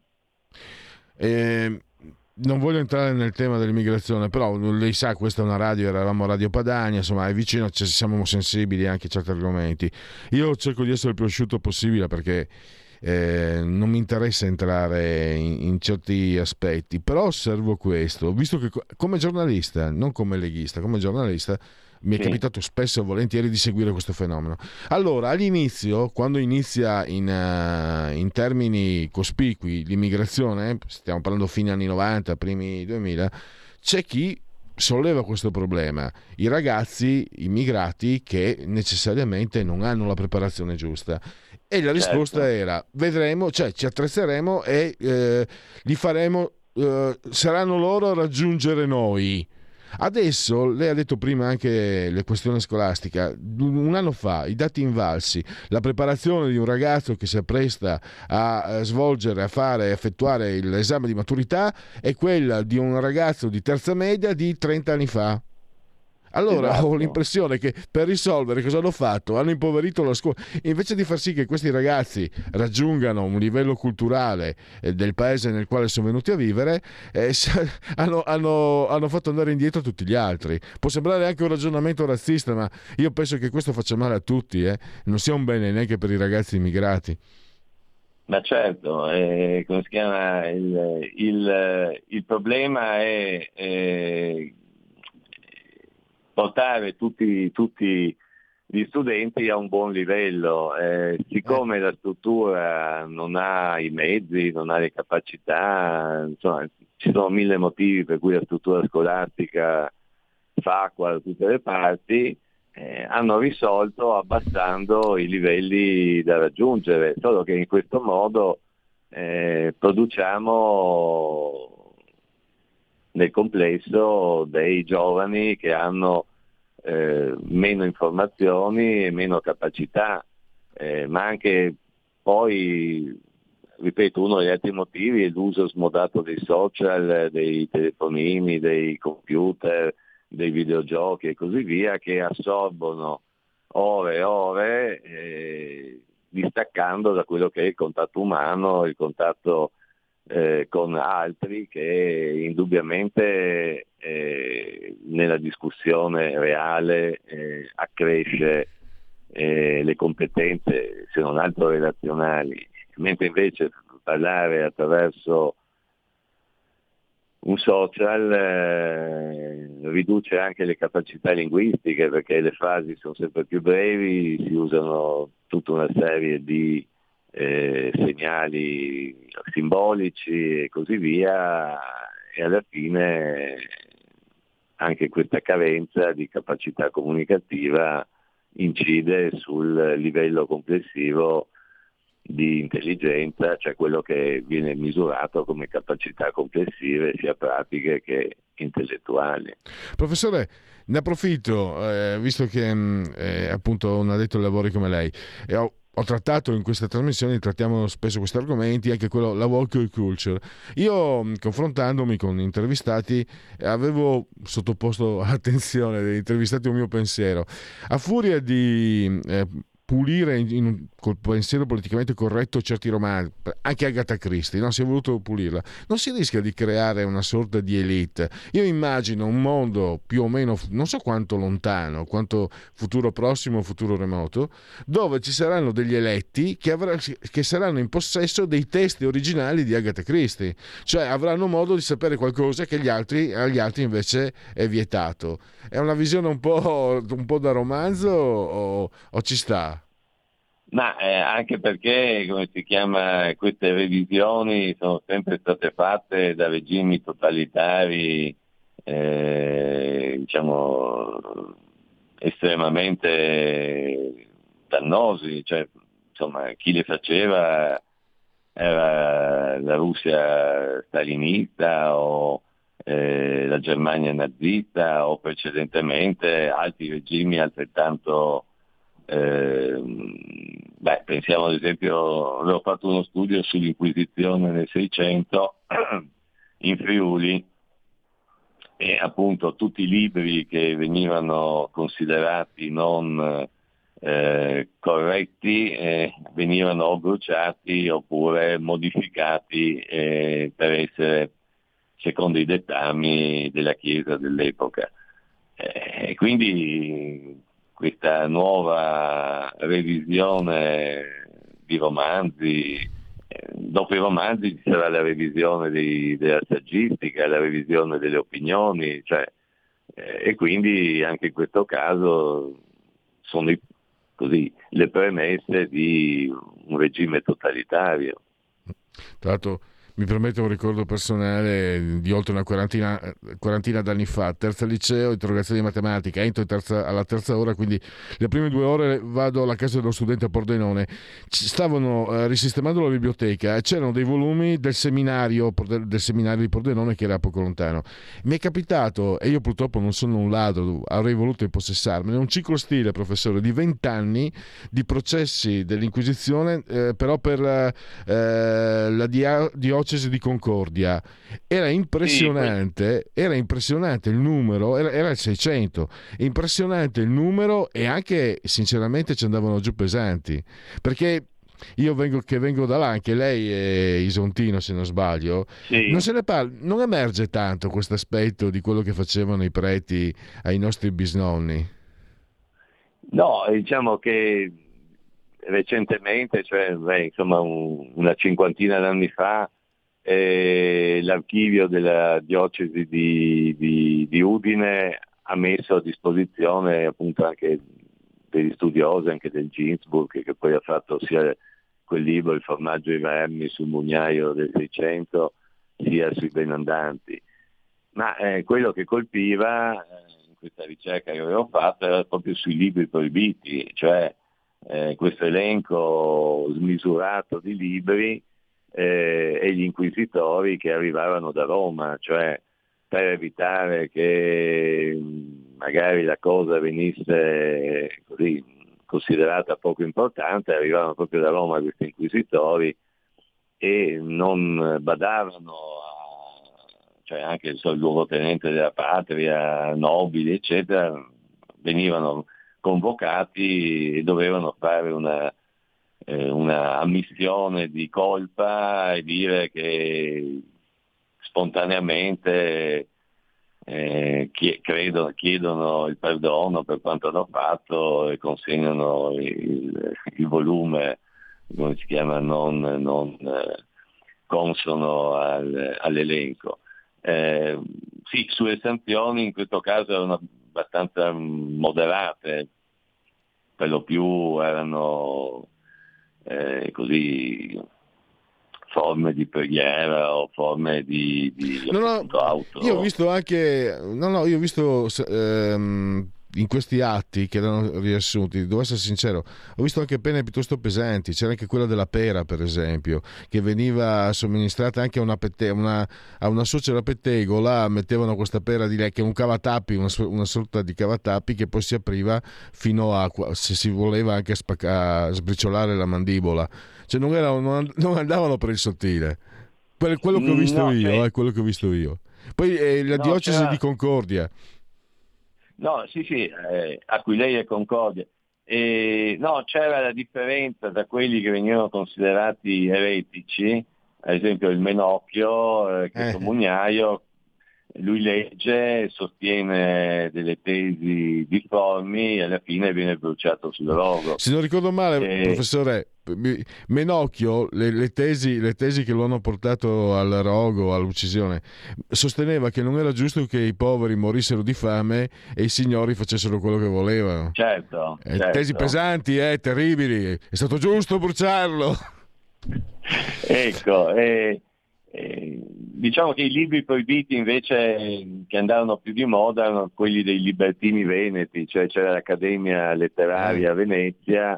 Eh, non voglio entrare nel tema dell'immigrazione, però lei sa, questa è una radio, eravamo Radio Padania, insomma è vicino, ci siamo sensibili anche a certi argomenti. Io cerco di essere il più asciutto possibile, perché Eh, non mi interessa entrare in, in certi aspetti, però osservo questo, visto che come giornalista, non come leghista, come giornalista mi è sì. capitato spesso e volentieri di seguire questo fenomeno. Allora, all'inizio, quando inizia in, uh, in termini cospicui l'immigrazione, stiamo parlando fine anni novanta, primi duemila, c'è chi solleva questo problema, i ragazzi immigrati che necessariamente non hanno la preparazione giusta. E la risposta certo. era: vedremo, cioè ci attrezzeremo e eh, li faremo, eh, saranno loro a raggiungere noi. Adesso, lei ha detto prima anche le questioni scolastiche, un anno fa i dati invalsi, la preparazione di un ragazzo che si appresta a svolgere, a fare, a effettuare l'esame di maturità è quella di un ragazzo di terza media di trenta anni fa. Allora esatto. ho l'impressione che per risolvere cosa hanno fatto? Hanno impoverito la scuola. Invece di far sì che questi ragazzi raggiungano un livello culturale eh, del paese nel quale sono venuti a vivere, eh, hanno, hanno, hanno fatto andare indietro tutti gli altri. Può sembrare anche un ragionamento razzista, ma io penso che questo faccia male a tutti, eh? Non sia un bene neanche per i ragazzi immigrati. Ma certo, eh, come si chiama? Il, il, il problema è... è... portare tutti, tutti gli studenti a un buon livello. Eh, siccome la struttura non ha i mezzi, non ha le capacità, insomma, ci sono mille motivi per cui la struttura scolastica fa acqua da tutte le parti, eh, hanno risolto abbassando i livelli da raggiungere, solo che in questo modo eh, produciamo nel complesso dei giovani che hanno eh, meno informazioni e meno capacità, eh, ma anche poi, ripeto, uno degli altri motivi è l'uso smodato dei social, dei telefonini, dei computer, dei videogiochi e così via, che assorbono ore e ore, eh, distaccando da quello che è il contatto umano, il contatto Eh, con altri, che indubbiamente eh, nella discussione reale eh, accresce eh, le competenze, se non altro relazionali, mentre invece parlare attraverso un social eh, riduce anche le capacità linguistiche, perché le frasi sono sempre più brevi, si usano tutta una serie di eh, segnali simbolici e così via, e alla fine anche questa carenza di capacità comunicativa incide sul livello complessivo di intelligenza, cioè quello che viene misurato come capacità complessive sia pratiche che intellettuali. Professore, ne approfitto, eh, visto che mh, è appunto un addetto ai lavori come lei, e ho, ho trattato in queste trasmissioni, trattiamo spesso questi argomenti, anche quello, la woke culture. Io, mh, confrontandomi con intervistati, avevo sottoposto all'attenzione degli intervistati un mio pensiero. A furia di eh, pulire in, in, col pensiero politicamente corretto certi romanzi, anche Agatha Christie, no? Si è voluto pulirla, non si rischia di creare una sorta di elite? Io immagino un mondo più o meno, non so quanto lontano, quanto futuro prossimo, futuro remoto, dove ci saranno degli eletti che, avrà, che saranno in possesso dei testi originali di Agatha Christie, cioè avranno modo di sapere qualcosa che gli altri, agli altri invece è vietato. È una visione un po', un po' da romanzo o, o ci sta? Ma eh, anche perché, come si chiama, queste revisioni sono sempre state fatte da regimi totalitari, eh, diciamo, estremamente dannosi, cioè, insomma, chi le faceva era la Russia stalinista o eh, la Germania nazista o precedentemente altri regimi altrettanto. Eh, beh, pensiamo ad esempio, avevo fatto uno studio sull'Inquisizione nel Seicento in Friuli, e appunto tutti i libri che venivano considerati non eh, corretti eh, venivano o bruciati oppure modificati eh, per essere secondo i dettami della Chiesa dell'epoca. E eh, quindi questa nuova revisione di romanzi, eh, dopo i romanzi ci sarà la revisione dei, della saggistica, la revisione delle opinioni, cioè, eh, e quindi anche in questo caso sono i, così, le premesse di un regime totalitario. Tra l'altro mi permette un ricordo personale di oltre una quarantina, quarantina d'anni fa, terza liceo, interrogazione di matematica, entro in terza, alla terza ora, quindi le prime due ore vado alla casa dello studente a Pordenone. Stavano eh, risistemando la biblioteca e c'erano dei volumi del seminario, del seminario di Pordenone, che era poco lontano. Mi è capitato, e io purtroppo non sono un ladro, avrei voluto impossessarmene, un ciclo stile, professore, di vent'anni di processi dell'Inquisizione, eh, però per eh, la dia- diocesi di Concordia. Era impressionante, era impressionante il numero, era, era il Seicento, impressionante il numero, e anche sinceramente ci andavano giù pesanti, perché io vengo, che vengo da là, anche lei è isontino se non sbaglio, sì. non se ne parla, non emerge tanto questo aspetto di quello che facevano i preti ai nostri bisnonni. No, diciamo che recentemente, cioè beh, insomma un, una cinquantina d'anni fa, eh, l'archivio della diocesi di, di, di Udine ha messo a disposizione appunto anche degli studiosi, anche del Ginsburg, che poi ha fatto sia quel libro Il formaggio e i vermi sul mugnaio del Seicento, sia sui benandanti. Ma eh, quello che colpiva eh, in questa ricerca che avevo fatto era proprio sui libri proibiti, cioè eh, questo elenco smisurato di libri eh, e gli inquisitori che arrivavano da Roma, cioè per evitare che magari la cosa venisse così considerata poco importante, arrivavano proprio da Roma questi inquisitori e non badavano a, cioè anche il luogotenente della patria, nobili eccetera, venivano convocati e dovevano fare una eh, una ammissione di colpa e dire che spontaneamente eh, chie- credono, chiedono il perdono per quanto hanno fatto e consegnano il, il volume, come si chiama, non, non eh, consono al, all'elenco. Eh, sì, sulle sanzioni in questo caso erano abbastanza moderate, per lo più erano eh, così forme di preghiera o forme di, di no, no, auto. Io ho visto anche, no, no, io ho visto ehm, in questi atti che erano riassunti, devo essere sincero, ho visto anche pene piuttosto pesanti. C'era anche quella della pera, per esempio, che veniva somministrata anche a una, pette, una, a una suocera pettegola, mettevano questa pera di lei che è un cavatappi, una, una sorta di cavatappi che poi si apriva fino a, se si voleva, anche a, spacca, a sbriciolare la mandibola. Cioè non, erano, non, non andavano per il sottile. Quello che ho visto no, io, sì. eh, quello che ho visto io. Poi eh, la no, diocesi c'era... di Concordia. No, sì, sì, eh, Aquileia e Concordia. E, no, c'era la differenza tra quelli che venivano considerati eretici, ad esempio il Menocchio, eh, che è Eh. comuniaio, lui legge, sostiene delle tesi difformi e alla fine viene bruciato sul rogo. Se non ricordo male, E... professore Menocchio, le, le, tesi, le tesi che lo hanno portato al rogo, all'uccisione, sosteneva che non era giusto che i poveri morissero di fame e i signori facessero quello che volevano. Certo, eh, certo. Tesi pesanti, eh, terribili. È stato giusto bruciarlo. Ecco, eh, eh, diciamo che i libri proibiti invece che andarono più di moda erano quelli dei libertini veneti, cioè c'era l'Accademia Letteraria a Venezia,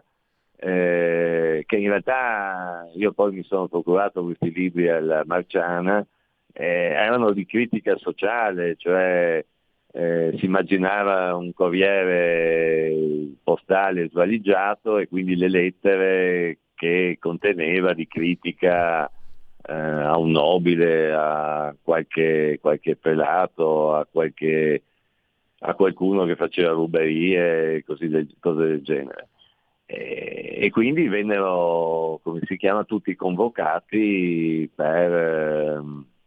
eh, che in realtà io poi mi sono procurato questi libri alla Marciana, eh, erano di critica sociale, cioè eh, si immaginava un corriere postale svaligiato e quindi le lettere che conteneva di critica eh, a un nobile, a qualche, qualche prelato, a, qualche, a qualcuno che faceva ruberie, così del, cose del genere. E, e quindi vennero, come si chiama, tutti convocati per,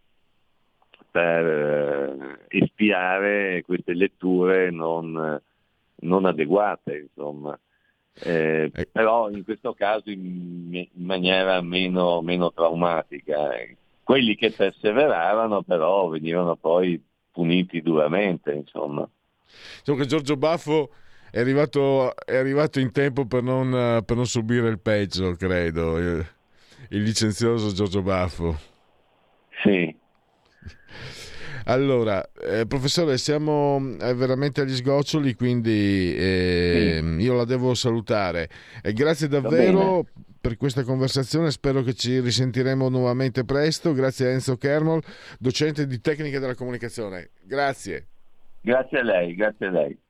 per espiare queste letture non, non adeguate, insomma. Eh, però in questo caso in, in maniera meno, meno traumatica. Quelli che perseveravano però venivano poi puniti duramente, insomma. Diciamo che Giorgio Baffo è arrivato, è arrivato in tempo per non, per non subire il peggio, credo, il, il licenzioso Giorgio Baffo. Sì. Allora, eh, professore, siamo veramente agli sgoccioli, quindi eh, sì. io la devo salutare. E grazie davvero per questa conversazione, spero che ci risentiremo nuovamente presto. Grazie a Enzo Kermol, docente di tecnica della comunicazione. Grazie. Grazie a lei, grazie a lei.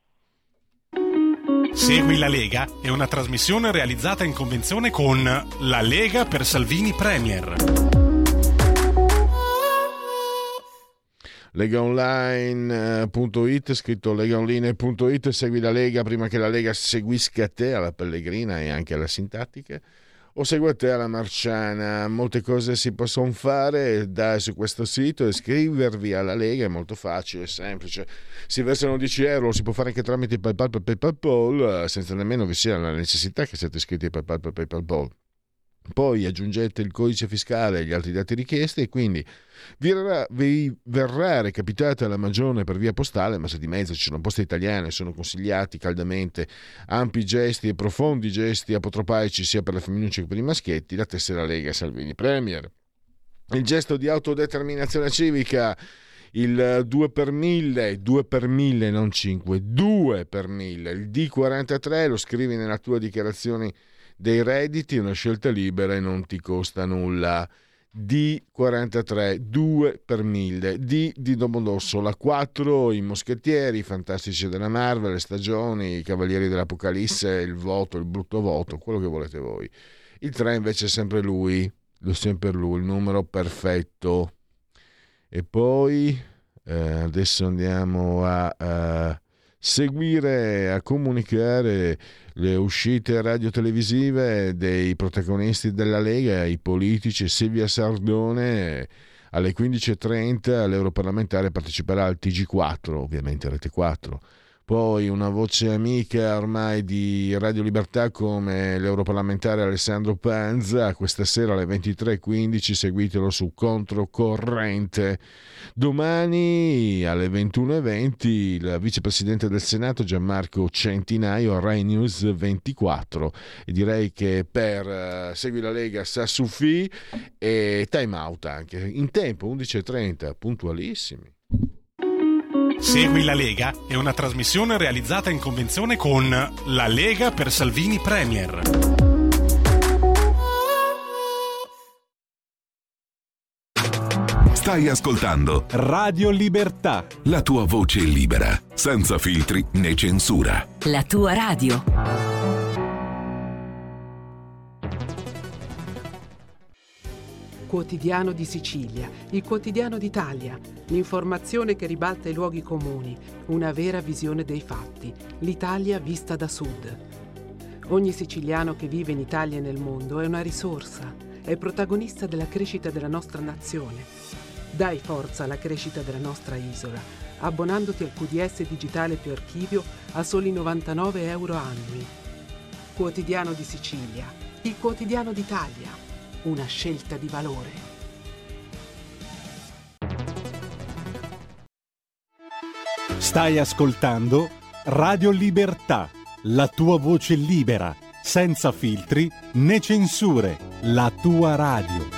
Segui la Lega è una trasmissione realizzata in convenzione con La Lega per Salvini Premier. legaonline punto it, scritto legaonline punto it, segui la Lega prima che la Lega seguisca te alla pellegrina e anche alla sintattica, o segua te alla marciana. Molte cose si possono fare da, su questo sito. Iscrivervi alla Lega è molto facile, è semplice, si versano dieci euro, lo si può fare anche tramite PayPal per PayPal, senza nemmeno vi sia la necessità che siate iscritti a PayPal per PayPal. Poi aggiungete il codice fiscale e gli altri dati richiesti e quindi vi verrà, vi verrà recapitata la magione per via postale, ma se di mezzo ci sono poste italiane, sono consigliati caldamente ampi gesti e profondi gesti apotropaici sia per le femminucce che per i maschietti, la tessera Lega Salvini Premier. Il gesto di autodeterminazione civica, il due per mille, due per mille non cinque, due per mille, il D quarantatré, lo scrivi nella tua dichiarazione dei redditi, una scelta libera e non ti costa nulla. D quarantatré, due per mille, D di Domodossola, quattro i moschettieri, i fantastici della Marvel, le stagioni, i cavalieri dell'Apocalisse, il voto, il brutto voto, quello che volete voi. Il tre invece è sempre lui, lo sempre lui, il numero perfetto. E poi eh, adesso andiamo a, a seguire, a comunicare le uscite radio-televisive dei protagonisti della Lega, i politici. Silvia Sardone Alle quindici e trenta l'europarlamentare parteciperà al T G quattro, ovviamente Rete quattro. Poi una voce amica ormai di Radio Libertà come l'europarlamentare Alessandro Panza, questa sera alle ventitré e quindici, seguitelo su Controcorrente. Domani alle ventuno e venti il vicepresidente del Senato Gianmarco Centinaio, Rai News ventiquattro. E direi che per uh, Segui la Lega sta su Fi e Time Out anche, in tempo, undici e trenta, puntualissimi. Segui la Lega è una trasmissione realizzata in convenzione con La Lega per Salvini Premier. Stai ascoltando Radio Libertà, la tua voce libera, senza filtri né censura. La tua radio. Quotidiano di Sicilia, il quotidiano d'Italia, l'informazione che ribalta i luoghi comuni, una vera visione dei fatti, l'Italia vista da sud. Ogni siciliano che vive in Italia e nel mondo è una risorsa, è protagonista della crescita della nostra nazione. Dai forza alla crescita della nostra isola, abbonandoti al Q D S digitale più archivio a soli novantanove euro annui. Quotidiano di Sicilia, il quotidiano d'Italia. Una scelta di valore. stai ascoltando Radio Libertà, la tua voce libera, senza filtri né censure, la tua radio.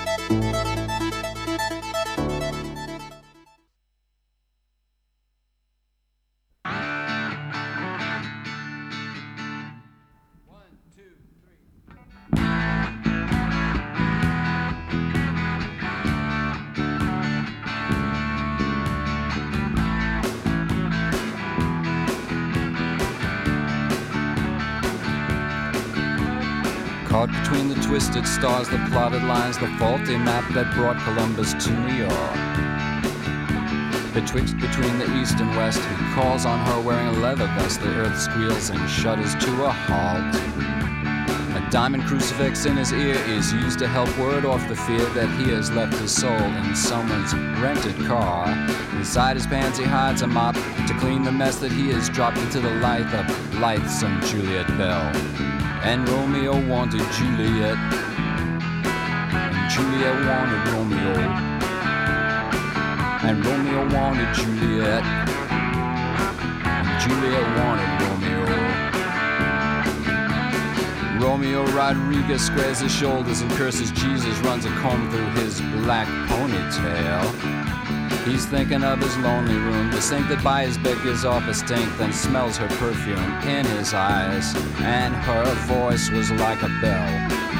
Caught between the twisted stars, the plotted lines, the faulty map that brought Columbus to New York. Betwixt between the east and west, he calls on her wearing a leather vest. The earth squeals and shudders to a halt. A diamond crucifix in his ear is used to help ward off the fear that he has left his soul in someone's rented car. Inside his pants he hides a mop to clean the mess that he has dropped into the light of lightsome Juliet Bell. And Romeo wanted Juliet, and Juliet wanted Romeo, and Romeo wanted Juliet, and Juliet wanted Romeo. Romeo Rodriguez squares his shoulders and curses Jesus, runs a comb through his black ponytail. He's thinking of his lonely room, the sink that by his bed gives off a stink, then smells her perfume in his eyes, and her voice was like a bell.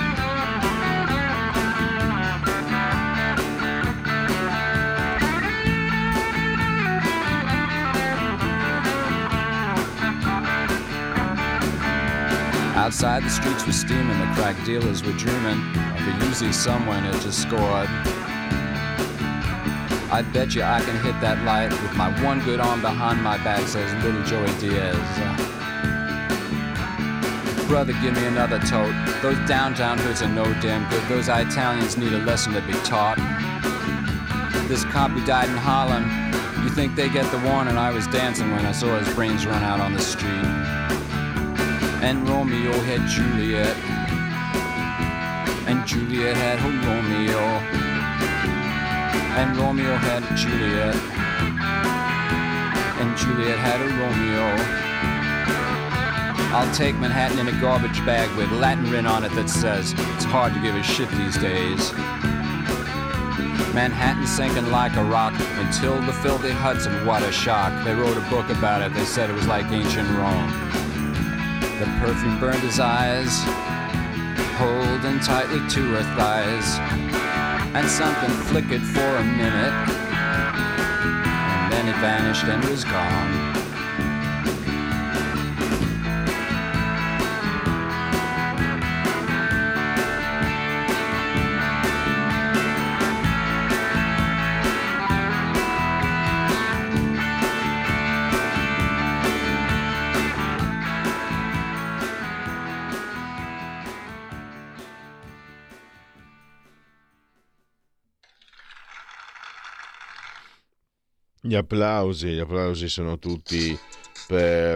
Outside the streets were steaming, the crack dealers were dreaming of a Uzi someone had just scored. I bet you I can hit that light with my one good arm behind my back, says little Joey Diaz. Brother, give me another tote. Those downtown hoods are no damn good. Those Italians need a lesson to be taught. This cop who died in Holland, you think they get the warning? I was dancing when I saw his brains run out on the street. And Romeo had Juliet, and Juliet had her Romeo. And Romeo had Juliet, and Juliet had a Romeo. I'll take Manhattan in a garbage bag with Latin written on it that says it's hard to give a shit these days. Manhattan sinking like a rock until the filthy Hudson, what a shock. They wrote a book about it, they said it was like ancient Rome. The perfume burned his eyes, holding tightly to her thighs. And something flickered for a minute, and then it vanished and was gone. Gli applausi, gli applausi sono tutti per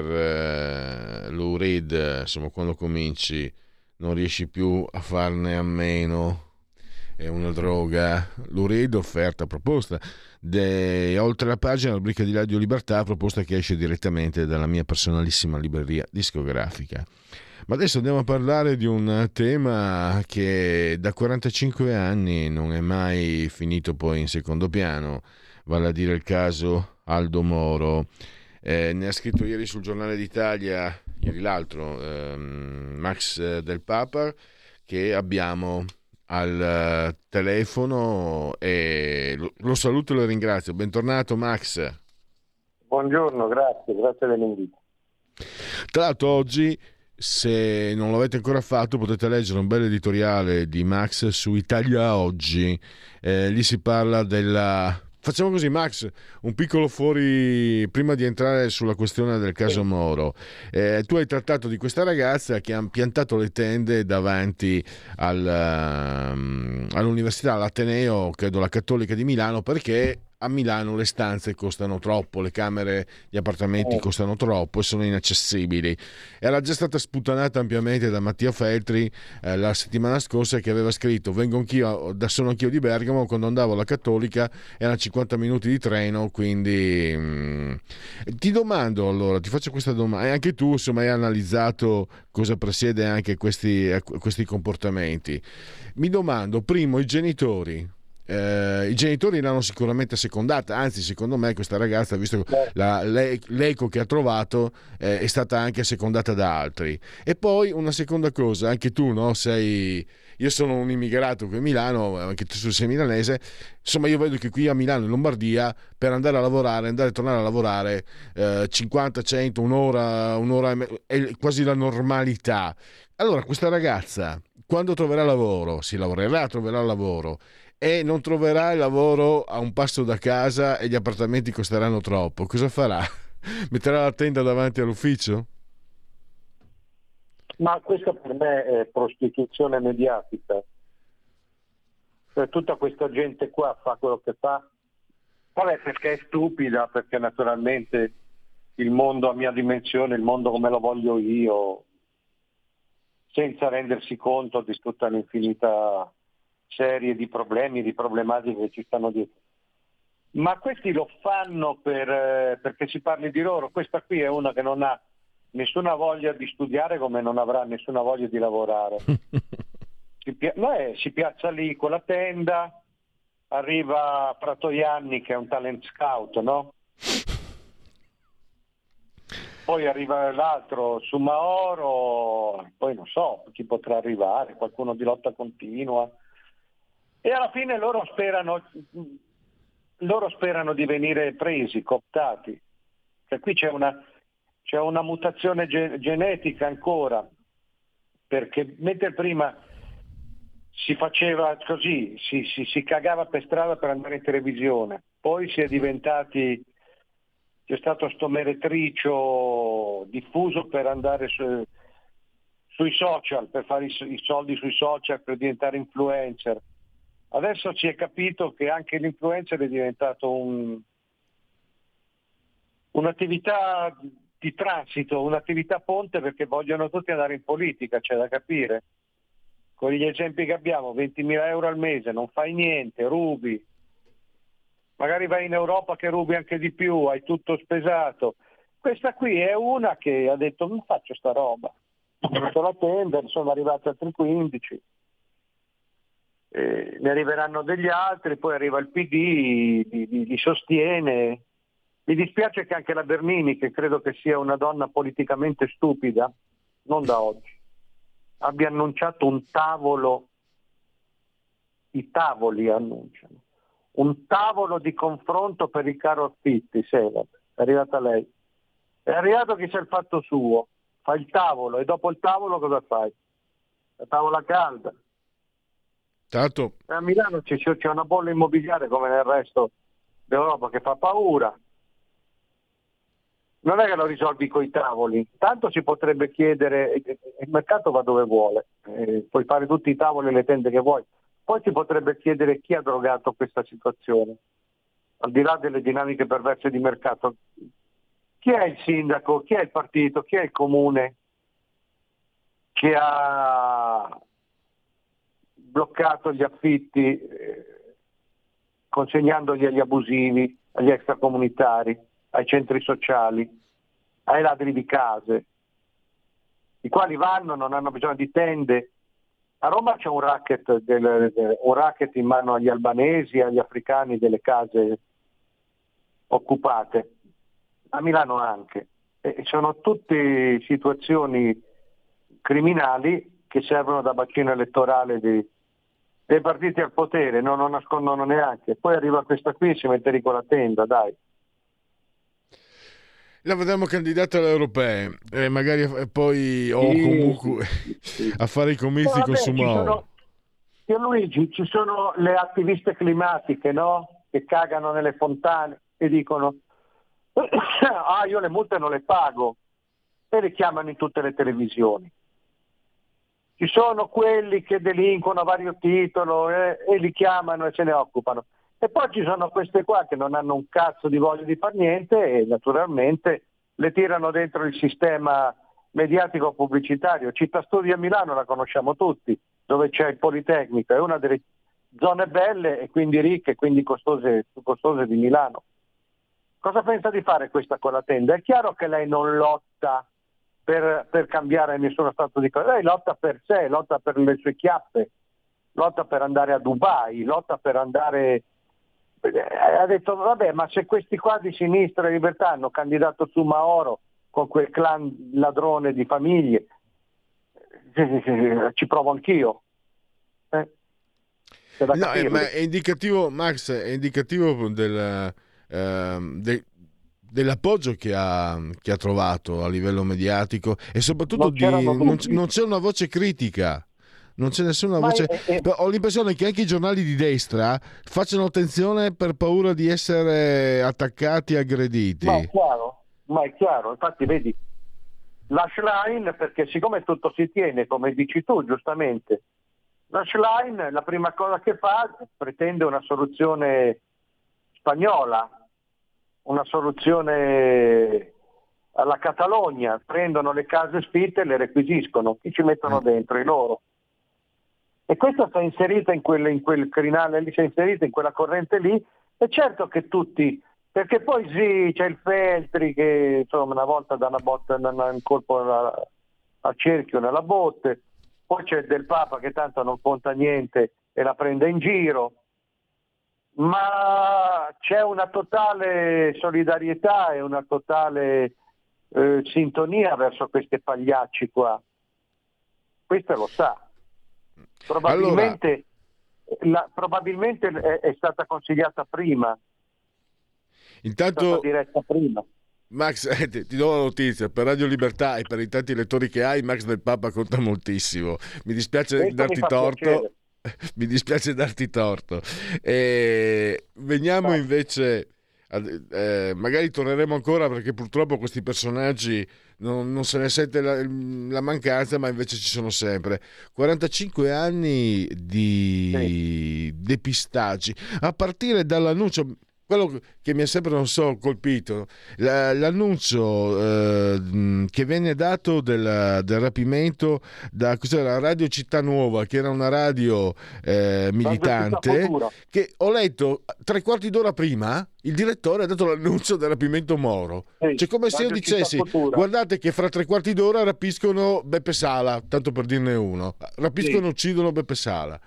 eh, Lou Reed. Insomma, quando cominci non riesci più a farne a meno, è una droga. Lou Reed, offerta, proposta de, oltre la pagina, la rubrica di Radio Libertà, proposta che esce direttamente dalla mia personalissima libreria discografica. Ma adesso andiamo a parlare di un tema che da quarantacinque anni non è mai finito poi in secondo piano, vale a dire il caso Aldo Moro. Eh, ne ha scritto ieri sul Giornale d'Italia, ieri l'altro, ehm, Max Del Papa, che abbiamo al telefono e lo, lo saluto e lo ringrazio. Bentornato Max. Buongiorno, grazie, grazie dell'invito. Tra l'altro oggi, se non l'avete ancora fatto, potete leggere un bel editoriale di Max su Italia Oggi. Eh, lì si parla della... Facciamo così, Max, un piccolo fuori prima di entrare sulla questione del caso Moro. Eh, tu hai trattato di questa ragazza che ha piantato le tende davanti al, um, all'università, all'Ateneo, credo la Cattolica di Milano, perché a Milano le stanze costano troppo, le camere, gli appartamenti costano troppo e sono inaccessibili. Era già stata sputanata ampiamente da Mattia Feltri eh, la settimana scorsa, che aveva scritto: vengo anch'io, da sono anch'io di Bergamo, quando andavo alla Cattolica erano cinquanta minuti di treno, quindi mh. Ti domando allora, ti faccio questa domanda, e anche tu insomma hai analizzato cosa presiede anche questi, questi comportamenti. Mi domando, primo, i genitori. Eh, i genitori l'hanno sicuramente secondata, anzi secondo me questa ragazza, visto la, l'e- l'eco che ha trovato, eh, è stata anche secondata da altri. E poi una seconda cosa, anche tu, no? Sei, io sono un immigrato qui a Milano, anche tu sei milanese, insomma io vedo che qui a Milano, in Lombardia, per andare a lavorare, andare e tornare a lavorare eh, cinquanta, cento, un'ora, un'ora e me- è quasi la normalità. Allora questa ragazza, quando troverà lavoro, si lavorerà, troverà lavoro, e non troverà il lavoro a un passo da casa e gli appartamenti costeranno troppo, cosa farà? Metterà la tenda davanti all'ufficio? Ma questa per me è prostituzione mediatica. Cioè, tutta questa gente qua fa quello che fa, vabbè, perché è stupida, perché naturalmente il mondo a mia dimensione, il mondo come lo voglio io, senza rendersi conto di tutta l'infinità serie di problemi, di problematiche che ci stanno dietro. Ma questi lo fanno per, eh, perché si parli di loro. Questa qui è una che non ha nessuna voglia di studiare, come non avrà nessuna voglia di lavorare. si, pia- no, eh, si piazza lì con la tenda, arriva Fratoianni che è un talent scout, no? Poi arriva l'altro Sumaoro, poi non so chi potrà arrivare, qualcuno di lotta continua. E alla fine loro sperano, loro sperano di venire presi, cooptati. Cioè, qui c'è una, c'è una mutazione ge- genetica ancora, perché mentre prima si faceva così, si, si, si cagava per strada per andare in televisione, poi si è diventati, c'è stato sto meretricio diffuso per andare su, sui social, per fare i, i soldi sui social, per diventare influencer. Adesso si è capito che anche l'influencer è diventato un, un'attività di transito, un'attività ponte, perché vogliono tutti andare in politica, c'è da capire. Con gli esempi che abbiamo, ventimila euro al mese, non fai niente, rubi, magari vai in Europa che rubi anche di più, hai tutto spesato. Questa qui è una che ha detto: non faccio sta roba, ho fatto la tenda, sono arrivati altri quindici. Eh, ne arriveranno degli altri, poi arriva il P D, li, li, li sostiene. Mi dispiace che anche la Bernini, che credo che sia una donna politicamente stupida, non da oggi, abbia annunciato un tavolo, i tavoli annunciano, un tavolo di confronto per il caro affitti. Sì, è arrivata lei, è arrivato chi c'è il fatto suo, fa il tavolo e dopo il tavolo cosa fai? La tavola calda. Tanto... A Milano c'è, c'è una bolla immobiliare come nel resto d'Europa che fa paura. Non è che lo risolvi coi tavoli, tanto si potrebbe chiedere, il mercato va dove vuole, eh, puoi fare tutti i tavoli e le tende che vuoi, poi si potrebbe chiedere chi ha drogato questa situazione. al di là delle dinamiche perverse di mercato, chi è il sindaco, chi è il partito, chi è il comune che ha bloccato gli affitti eh, consegnandoli agli abusivi, agli extracomunitari, ai centri sociali, ai ladri di case, i quali vanno, non hanno bisogno di tende. A Roma c'è un racket, del, del, un racket in mano agli albanesi, agli africani delle case occupate, a Milano anche. E sono tutte situazioni criminali che servono da bacino elettorale di, dei partiti al potere, non lo nascondono neanche. Poi arriva questa qui e si mette lì con la tenda, dai. La vedremo candidata alle europee, eh, magari eh, poi o sì, comunque sì, sì. a fare i comizi vabbè, con Sumaoro. Luigi, ci sono le attiviste climatiche, no? Che cagano nelle fontane e dicono ah, io le multe non le pago, e le chiamano in tutte le televisioni. Ci sono quelli che delinquono a vario titolo eh, e li chiamano e se ne occupano. E poi ci sono queste qua che non hanno un cazzo di voglia di fare niente e naturalmente le tirano dentro il sistema mediatico pubblicitario. Città Studi a Milano la conosciamo tutti, dove c'è il Politecnico, è una delle zone belle e quindi ricche e quindi costose, costose di Milano. Cosa pensa di fare questa con la tenda? È chiaro che lei non lotta per, per cambiare nessuno stato di cose, lei lotta per sé, lotta per le sue chiappe, lotta per andare a Dubai, lotta per andare... Ha detto vabbè, ma se questi qua di Sinistra e Libertà hanno candidato su Maoro con quel clan ladrone di famiglie, ci provo anch'io. Eh? No, è, ma è indicativo, Max, è indicativo del, eh, de, dell'appoggio che ha, che ha trovato a livello mediatico e soprattutto non, di, non, non c'è una voce critica. Non c'è nessuna ma voce. È, è... Ho l'impressione che anche i giornali di destra facciano attenzione per paura di essere attaccati, aggrediti. Ma è chiaro, ma è chiaro. Infatti, vedi, l'Ashline, perché siccome tutto si tiene, come dici tu, giustamente, l'Ashline, la prima cosa che fa, pretende una soluzione spagnola, una soluzione alla Catalogna. Prendono le case sfitte e le requisiscono. Chi ci mettono dentro? I loro. E questa sta inserita in quel, in quel crinale lì, si è inserita in quella corrente lì, e certo che tutti, perché poi sì, c'è il Feltri che insomma una volta dà una botta, un colpo alla, al cerchio nella botte, poi c'è Del Papa che tanto non conta niente e la prende in giro, ma c'è una totale solidarietà e una totale eh, sintonia verso questi pagliacci qua. Questo lo sa. Probabilmente, allora, la, probabilmente è, è stata consigliata prima. Intanto, è stata diretta prima. Max, eh, ti, ti do la notizia, per Radio Libertà e per i tanti lettori che hai, Max Del Papa conta moltissimo. Mi dispiace Questo darti mi torto. Piacere. Mi dispiace darti torto. E veniamo no. invece... Eh, magari torneremo ancora perché purtroppo questi personaggi non, non se ne sente la, la mancanza, ma invece ci sono sempre. Quarantacinque anni di sì. depistaggi a partire dall'annuncio, quello che mi ha sempre, non so, colpito, l'annuncio eh, che venne dato del, del rapimento da cos'era, Radio Città Nuova, che era una radio eh, militante, che ho letto tre quarti d'ora prima il direttore ha dato l'annuncio del rapimento Moro. Sì, cioè come se io dicessi guardate che fra tre quarti d'ora rapiscono Beppe Sala, tanto per dirne uno, rapiscono, sì. uccidono Beppe Sala.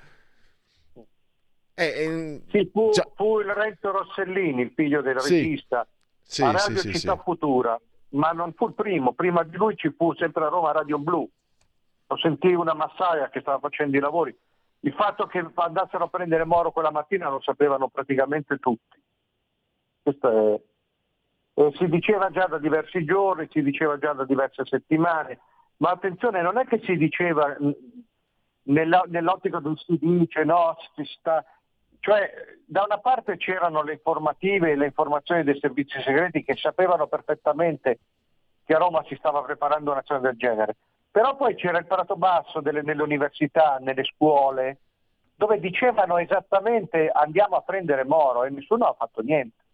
Eh, eh, sì, fu, cioè... fu il Renzo Rossellini, il figlio del sì. regista, sì, a Radio sì, Città sì, Futura, ma non fu il primo, prima di lui ci fu sempre a Roma Radio Blu. Lo sentì una massaia che stava facendo i lavori. Il fatto che andassero a prendere Moro quella mattina lo sapevano praticamente tutti. Questo è... eh, si diceva già da diversi giorni, si diceva già da diverse settimane, ma attenzione, non è che si diceva nella, nell'ottica dove si dice no, si sta... Cioè, da una parte c'erano le informative e le informazioni dei servizi segreti che sapevano perfettamente che a Roma si stava preparando un'azione del genere, però poi c'era il prato basso delle, nelle università, nelle scuole, dove dicevano esattamente andiamo a prendere Moro e nessuno ha fatto niente.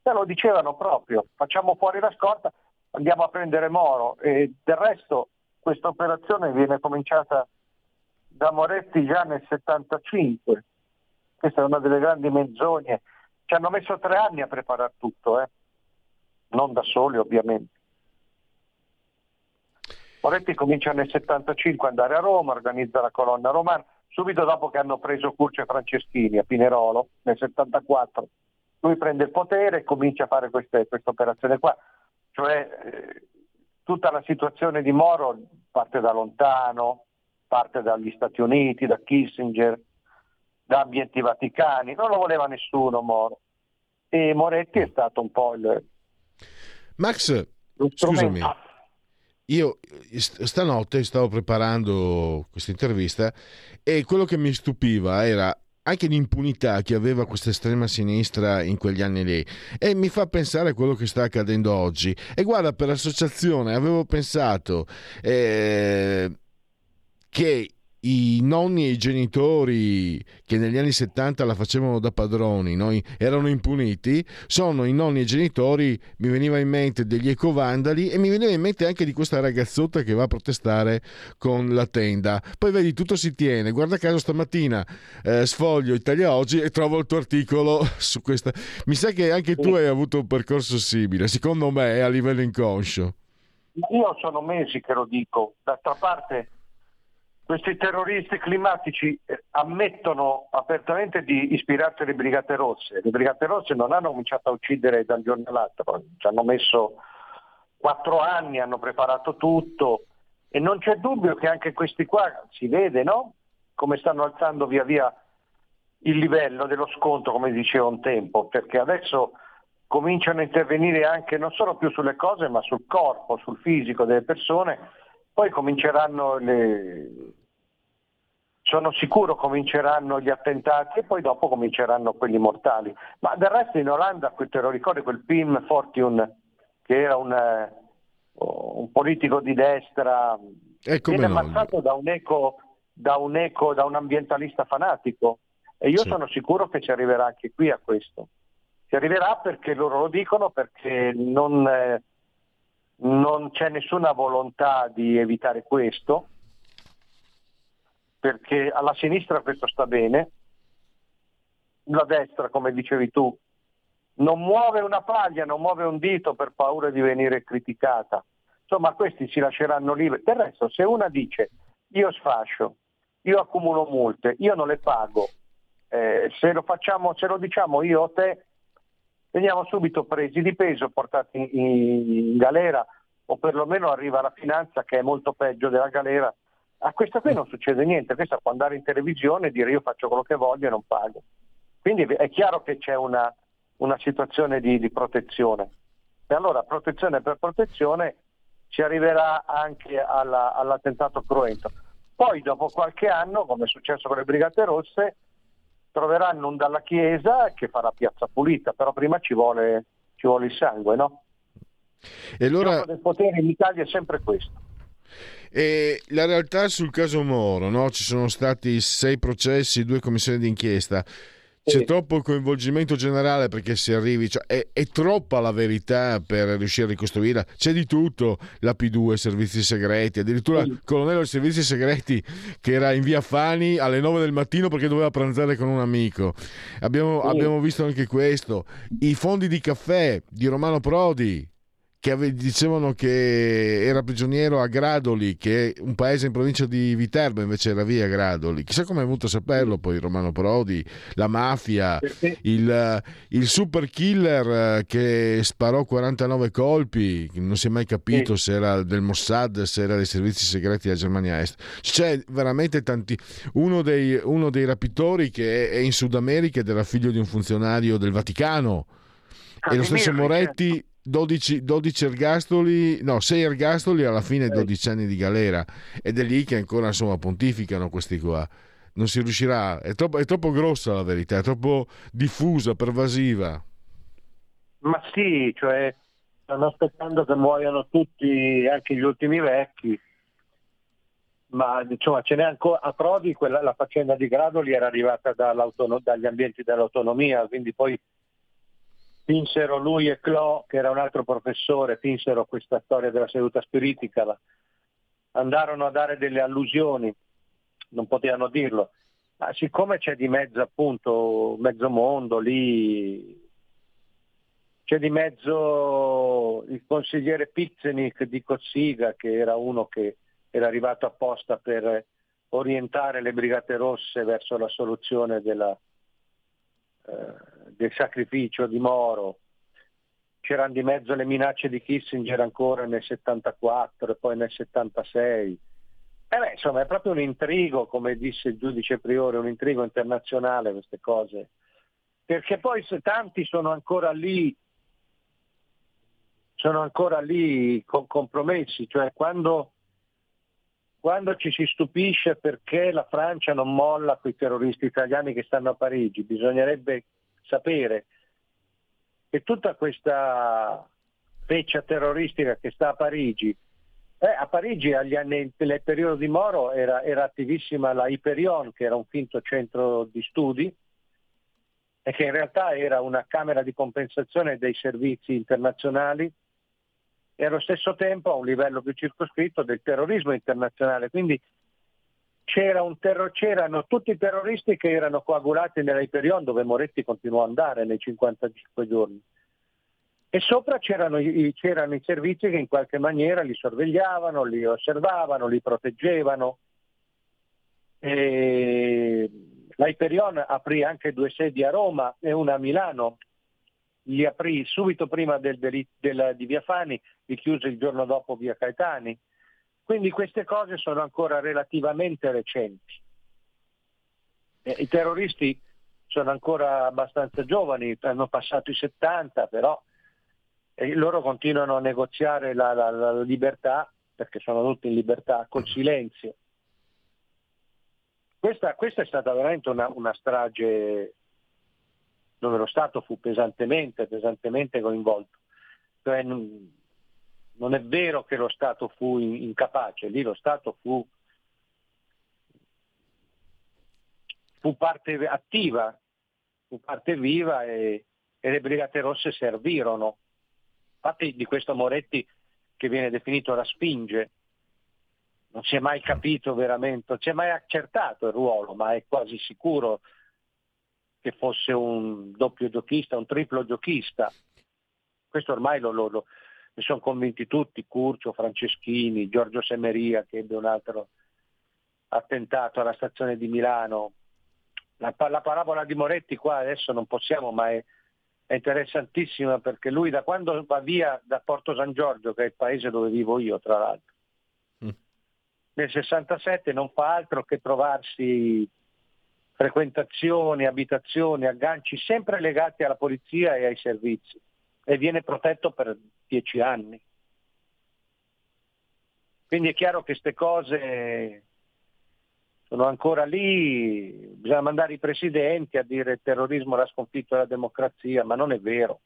E lo dicevano proprio, facciamo fuori la scorta, andiamo a prendere Moro, e del resto questa operazione viene cominciata da Moretti già nel settantacinque. Questa è una delle grandi menzogne. Ci hanno messo tre anni a preparare tutto, eh? Non da soli ovviamente. Moretti comincia nel settantacinque ad andare a Roma, organizza la colonna romana, subito dopo che hanno preso Curcio e Franceschini a Pinerolo nel settantaquattro. Lui prende il potere e comincia a fare questa operazione qua. Cioè eh, tutta la situazione di Moro parte da lontano, parte dagli Stati Uniti, da Kissinger, da ambienti vaticani, non lo voleva nessuno Moro. E Moretti è stato un po' il... Max, scusami, io stanotte stavo preparando questa intervista e quello che mi stupiva era anche l'impunità che aveva questa estrema sinistra in quegli anni lì, e mi fa pensare a quello che sta accadendo oggi. E guarda, per associazione avevo pensato eh, che i nonni e i genitori che negli anni settanta la facevano da padroni, no? Erano impuniti, sono i nonni e i genitori, mi veniva in mente, degli ecovandali, e mi veniva in mente anche di questa ragazzotta che va a protestare con la tenda. Poi vedi, tutto si tiene. Guarda caso stamattina eh, sfoglio Italia Oggi e trovo il tuo articolo su questa. Mi sa che anche tu hai avuto un percorso simile, secondo me, a livello inconscio. Io sono mesi che lo dico, d'altra parte questi terroristi climatici ammettono apertamente di ispirarsi alle Brigate Rosse. Le Brigate Rosse non hanno cominciato a uccidere da un giorno all'altro, ci hanno messo quattro anni, hanno preparato tutto, e non c'è dubbio che anche questi qua, si vede, no? Come stanno alzando via via il livello dello scontro, come dicevo un tempo, perché adesso cominciano a intervenire anche non solo più sulle cose, ma sul corpo, sul fisico delle persone. Poi cominceranno le... sono sicuro cominceranno gli attentati e poi dopo cominceranno quelli mortali. Ma del resto in Olanda, te lo ricordi, quel Pim Fortuyn, che era un, un politico di destra, viene ammazzato da un eco, da un eco, da un ambientalista fanatico. E io sì. sono sicuro che ci arriverà anche qui a questo. Ci arriverà perché loro lo dicono, perché non... Eh, non c'è nessuna volontà di evitare questo, perché alla sinistra questo sta bene, la destra, come dicevi tu, non muove una paglia, non muove un dito per paura di venire criticata. Insomma, questi si lasceranno liberi. Del resto, se una dice io sfascio, io accumulo multe, io non le pago, eh, se lo facciamo, se lo diciamo io o te, veniamo subito presi di peso, portati in galera, o perlomeno arriva la finanza, che è molto peggio della galera. A questa qui non succede niente, questa può andare in televisione e dire io faccio quello che voglio e non pago. Quindi è chiaro che c'è una, una situazione di, di protezione. E allora protezione per protezione si arriverà anche alla, all'attentato cruento. Poi dopo qualche anno, come è successo con le Brigate Rosse, troveranno un dalla Chiesa che farà piazza pulita, però prima ci vuole, ci vuole il sangue, no? E allora... Il gioco del potere in Italia è sempre questo. E la realtà sul caso Moro, no? Ci sono stati sei processi, due commissioni d'inchiesta. C'è sì. troppo coinvolgimento generale perché si arrivi, cioè è, è troppa la verità per riuscire a ricostruirla. C'è di tutto, la P due, servizi segreti, addirittura il colonnello dei servizi segreti che era in via Fani alle nove del mattino perché doveva pranzare con un amico. Abbiamo, sì. abbiamo visto anche questo. I fondi di caffè di Romano Prodi, che ave- dicevano che era prigioniero a Gradoli, che è un paese in provincia di Viterbo, invece era via Gradoli. Chissà come è venuto a saperlo poi Romano Prodi, la mafia, il, il super killer che sparò quarantanove colpi, non si è mai capito se era del Mossad, se era dei servizi segreti della Germania Est. C'è veramente tanti. Uno dei, uno dei rapitori che è in Sud America ed era figlio di un funzionario del Vaticano, e lo stesso Moretti. dodici, dodici ergastoli, no, sei ergastoli, alla fine dodici anni di galera, ed è lì che ancora insomma pontificano questi qua. Non si riuscirà, è troppo, è troppo grossa la verità, è troppo diffusa, pervasiva. Ma sì, cioè stanno aspettando che muoiano tutti, anche gli ultimi vecchi, ma insomma ce n'è ancora. A Prodi quella, la faccenda di Gradoli era arrivata dagli ambienti dell'autonomia, quindi poi pinsero lui e Clò, che era un altro professore, pinsero questa storia della seduta spiritica, andarono a dare delle allusioni, non potevano dirlo, ma siccome c'è di mezzo appunto mezzo mondo lì, c'è di mezzo il consigliere Pizzenik di Cossiga, che era uno che era arrivato apposta per orientare le Brigate Rosse verso la soluzione della, eh, del sacrificio di Moro. C'erano di mezzo le minacce di Kissinger ancora nel settantaquattro e poi nel settantasei. Eh beh, insomma, è proprio un intrigo, come disse il giudice Priore, un intrigo internazionale queste cose. Perché poi se tanti sono ancora lì, sono ancora lì con compromessi, cioè quando, quando ci si stupisce perché la Francia non molla quei terroristi italiani che stanno a Parigi, bisognerebbe sapere che tutta questa feccia terroristica che sta a Parigi, eh, a Parigi agli anni, nel periodo di Moro era, era attivissima la Hyperion, che era un finto centro di studi e che in realtà era una camera di compensazione dei servizi internazionali e allo stesso tempo a un livello più circoscritto del terrorismo internazionale. Quindi c'era un terror, c'erano tutti i terroristi che erano coagulati nella Hyperion, dove Moretti continuò ad andare nei cinquantacinque giorni. E sopra c'erano i, c'erano i servizi che in qualche maniera li sorvegliavano, li osservavano, li proteggevano. E la Hyperion aprì anche due sedi a Roma e una a Milano. Li aprì subito prima del, del, del, di Via Fani, li chiuse il giorno dopo Via Caetani. Quindi queste cose sono ancora relativamente recenti. Eh, I terroristi sono ancora abbastanza giovani, hanno passato i settanta, però e loro continuano a negoziare la, la, la libertà, perché sono tutti in libertà, col silenzio. Questa, questa è stata veramente una, una strage dove lo Stato fu pesantemente, pesantemente coinvolto. Cioè, non, non è vero che lo Stato fu incapace, lì lo Stato fu, fu parte attiva, fu parte viva e, e le Brigate Rosse servirono. Infatti di questo Moretti, che viene definito la Sfinge, non si è mai capito veramente, non si è mai accertato il ruolo, ma è quasi sicuro che fosse un doppio giochista, un triplo giochista. Questo ormai lo, lo, lo, ne sono convinti tutti, Curcio, Franceschini, Giorgio Semeria, che ebbe un altro attentato alla stazione di Milano. La, la parabola di Moretti qua adesso non possiamo, ma è, è interessantissima, perché lui da quando va via da Porto San Giorgio, che è il paese dove vivo io tra l'altro, mm. nel sessantasette non fa altro che trovarsi frequentazioni, abitazioni, agganci sempre legati alla polizia e ai servizi, e viene protetto per dieci anni. Quindi è chiaro che queste cose sono ancora lì, bisogna mandare i presidenti a dire il terrorismo l'ha sconfitto la democrazia, ma non è vero.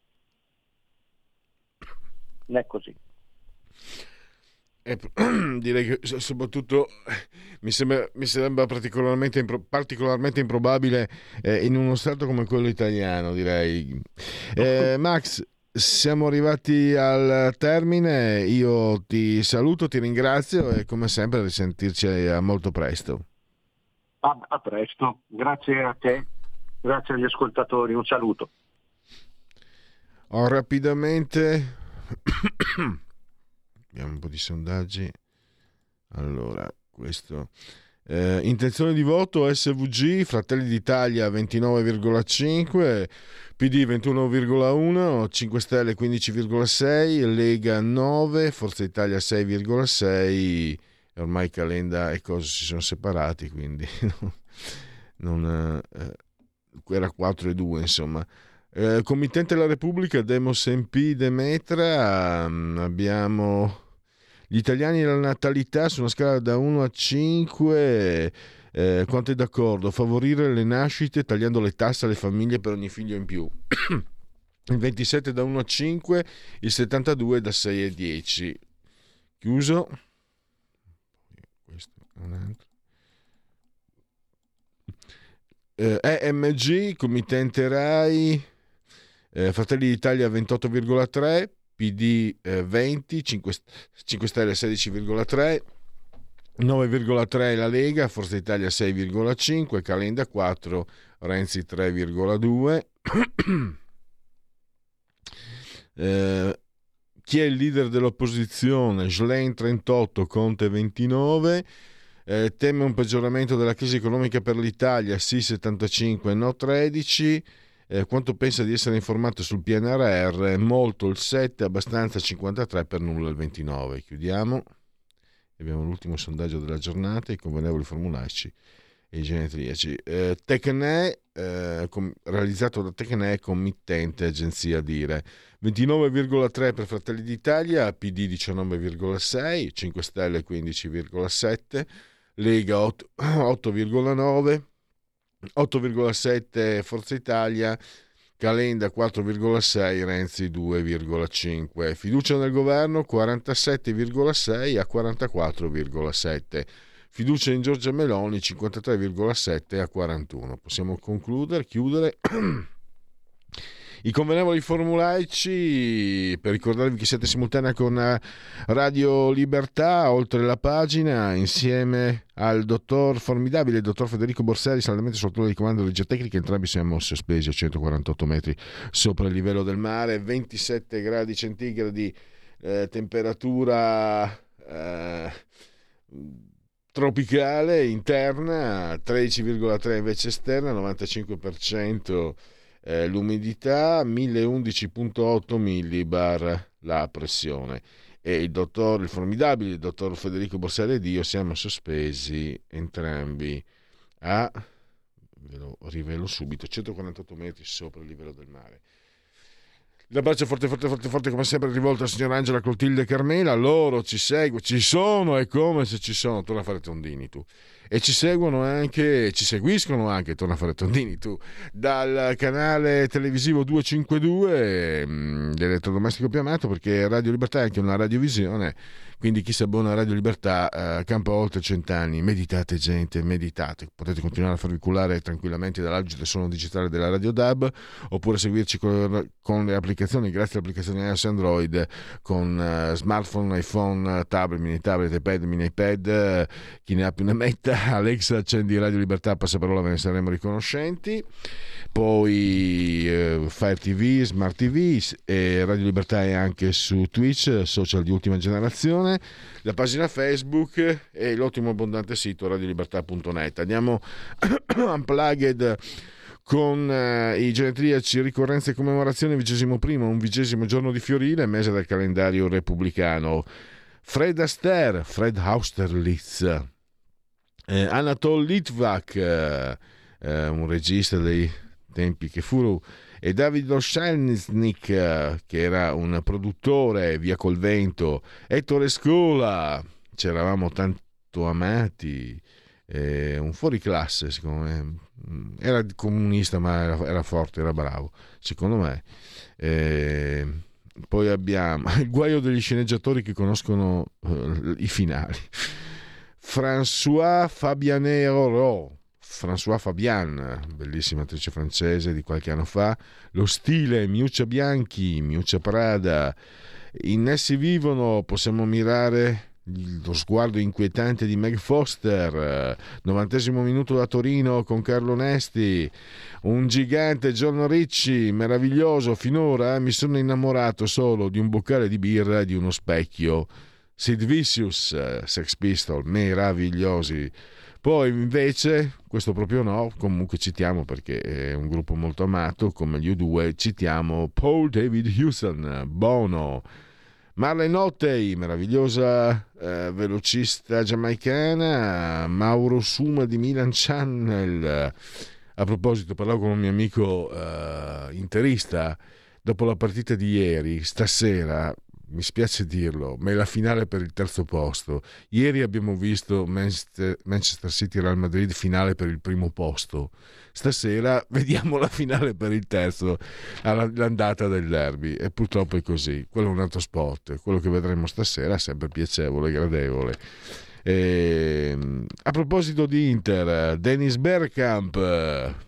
Non è così. Eh, direi che soprattutto mi sembra, mi sembra particolarmente, impro, particolarmente improbabile eh, in uno stato come quello italiano, direi. Eh, Max, siamo arrivati al termine, io ti saluto, ti ringrazio e come sempre risentirci a molto presto. A, a presto, grazie a te, grazie agli ascoltatori, un saluto. Oh, rapidamente abbiamo un po' di sondaggi. Allora, questo eh, intenzione di voto S V G, Fratelli d'Italia ventinove virgola cinque, P D ventuno virgola uno, cinque Stelle quindici virgola sei, Lega nove, Forza Italia sei virgola sei. Ormai Calenda e cose si sono separati, quindi non eh, era quattro e due, insomma. Eh, Committente della Repubblica, Demos M P, Demetra, abbiamo gli italiani e la natalità su una scala da uno a cinque, eh, quanto è d'accordo? Favorire le nascite tagliando le tasse alle famiglie per ogni figlio in più. Il ventisette da uno a cinque, il settantadue da sei a dieci. Chiuso. Questo è un altro. Eh, E M G, committente Rai, eh, Fratelli d'Italia ventotto virgola tre, P D eh, venti, cinque Stelle sedici virgola tre, nove virgola tre la Lega, Forza Italia sei virgola cinque, Calenda quattro, Renzi tre virgola due. eh, chi è il leader dell'opposizione? Schlein trentotto, Conte ventinove. Eh, teme un peggioramento della crisi economica per l'Italia, sì settantacinque, no tredici. Eh, quanto pensa di essere informato sul P N R R? Molto il sette, abbastanza cinquantatré, per nulla il ventinove. Chiudiamo. Abbiamo l'ultimo sondaggio della giornata, i convenevoli formulaici e i genetriaci. Eh, Tecne, eh, com- realizzato da Tecne, committente agenzia Dire. ventinove virgola tre per Fratelli d'Italia, P D diciannove virgola sei, cinque Stelle quindici virgola sette, Lega otto virgola nove, otto virgola sette Forza Italia, Calenda quattro virgola sei, Renzi due virgola cinque. Fiducia nel governo quarantasette virgola sei a quarantaquattro virgola sette. Fiducia in Giorgia Meloni cinquantatré virgola sette a quarantuno. Possiamo concludere, chiudere. I convenevoli formulaici, per ricordarvi che siete simultanea con Radio Libertà, oltre la pagina, insieme al dottor formidabile, il dottor Federico Borsari, saldamente sotto il comando di regia tecnica. Entrambi siamo sospesi a centoquarantotto metri sopra il livello del mare, ventisette gradi centigradi, eh, temperatura eh, tropicale interna, tredici virgola tre invece esterna, novantacinque per cento Eh, l'umidità, mille undici virgola otto millibar la pressione. E il dottor, il formidabile il dottor Federico Borsari ed io siamo sospesi entrambi a, ve lo rivelo subito, centoquarantotto metri sopra il livello del mare. L'abbraccio forte forte forte forte come sempre rivolto alla signora Angela, Clotilde e Carmela. Loro ci seguono, ci sono, è come se ci sono. Torna a fare tondini tu. E ci seguono anche, ci seguiscono anche, torna a fare tondini tu, dal canale televisivo duecentocinquantadue mh, dell'elettrodomestico più amato, perché Radio Libertà è anche una radiovisione, quindi chi si abbona a Radio Libertà eh, campa oltre cent'anni. Meditate gente, meditate, potete continuare a farvi cullare tranquillamente dall'agito suono digitale della Radio D A B, oppure seguirci con, con le applicazioni, grazie alle applicazioni iOS e Android, con uh, smartphone, iPhone, tablet, mini tablet, iPad, mini iPad, uh, chi ne ha più ne metta. Alexa, accendi Radio Libertà, passaparola, ve ne saremo riconoscenti. Poi eh, Fire T V, Smart T V, e Radio Libertà è anche su Twitch, social di ultima generazione, la pagina Facebook e l'ottimo abbondante sito radiolibertà punto net. Andiamo unplugged con eh, i genetriaci, ricorrenze e commemorazioni, vigesimo primo, un vigesimo giorno di Fiorile, mese del calendario repubblicano. Fred Astaire, Fred Austerlitz, Eh, Anatol Litvak, eh, eh, un regista dei tempi che furono, e David Oshelnik, eh, che era un produttore, Via col vento, Ettore Scola, ci eravamo tanto amati, eh, un fuoriclasse secondo me, era comunista ma era, era forte, era bravo secondo me. Eh, poi abbiamo il guaio degli sceneggiatori che conoscono eh, i finali. François Fabianero, François Fabian, bellissima attrice francese di qualche anno fa. Lo stile, Miuccia Bianchi, Miuccia Prada. In essi vivono, possiamo mirare lo sguardo inquietante di Meg Foster, novantesimo minuto da Torino con Carlo Nesti, un gigante John Ricci, meraviglioso. Finora mi sono innamorato solo di un boccale di birra e di uno specchio. Sid Vicious, Sex Pistol, meravigliosi. Poi invece, questo proprio no, comunque citiamo perché è un gruppo molto amato come gli U due, citiamo Paul David Hewson, Bono. Marlene Ottey, meravigliosa eh, velocista giamaicana. Mauro Suma di Milan Channel. A proposito, parlavo con un mio amico eh, interista dopo la partita di ieri. Stasera, mi spiace dirlo, ma è la finale per il terzo posto. Ieri abbiamo visto Manchester, Manchester City Real Madrid, finale per il primo posto. Stasera vediamo la finale per il terzo, all'andata del derby, e purtroppo è così. Quello è un altro sport. Quello che vedremo stasera è sempre piacevole, gradevole. E, a proposito di Inter, Dennis Bergkamp,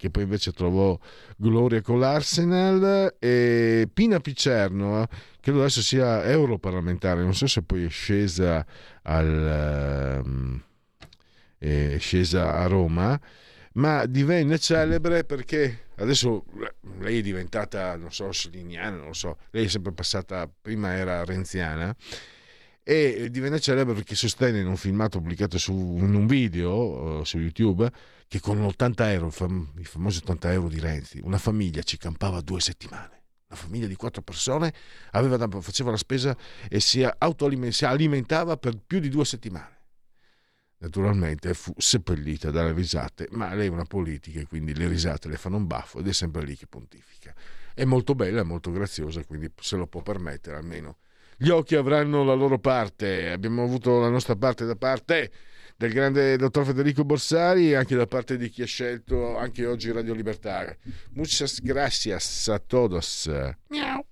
che poi invece trovò gloria con l'Arsenal, e Pina Picerno, che adesso sia europarlamentare, non so se poi è scesa al um, è scesa a Roma, ma divenne celebre perché adesso lei è diventata, non so, saliniana, non lo so, lei è sempre passata, prima era renziana, e divenne celebre perché sostenne in un filmato pubblicato su, in un video uh, su YouTube, che con ottanta euro, i famosi ottanta euro di Renzi, una famiglia ci campava due settimane. Una famiglia di quattro persone aveva, faceva la spesa e si autoalimentava per più di due settimane. Naturalmente fu seppellita dalle risate, ma lei è una politica e quindi le risate le fanno un baffo ed è sempre lì che pontifica. È molto bella, è molto graziosa, quindi se lo può permettere almeno. Gli occhi avranno la loro parte, abbiamo avuto la nostra parte da parte del grande dottor Federico Borsari e anche da parte di chi ha scelto anche oggi Radio Libertà. Muchas gracias a todos. Miau.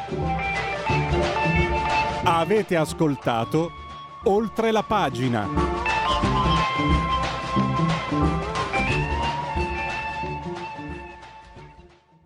Avete ascoltato Oltre la pagina.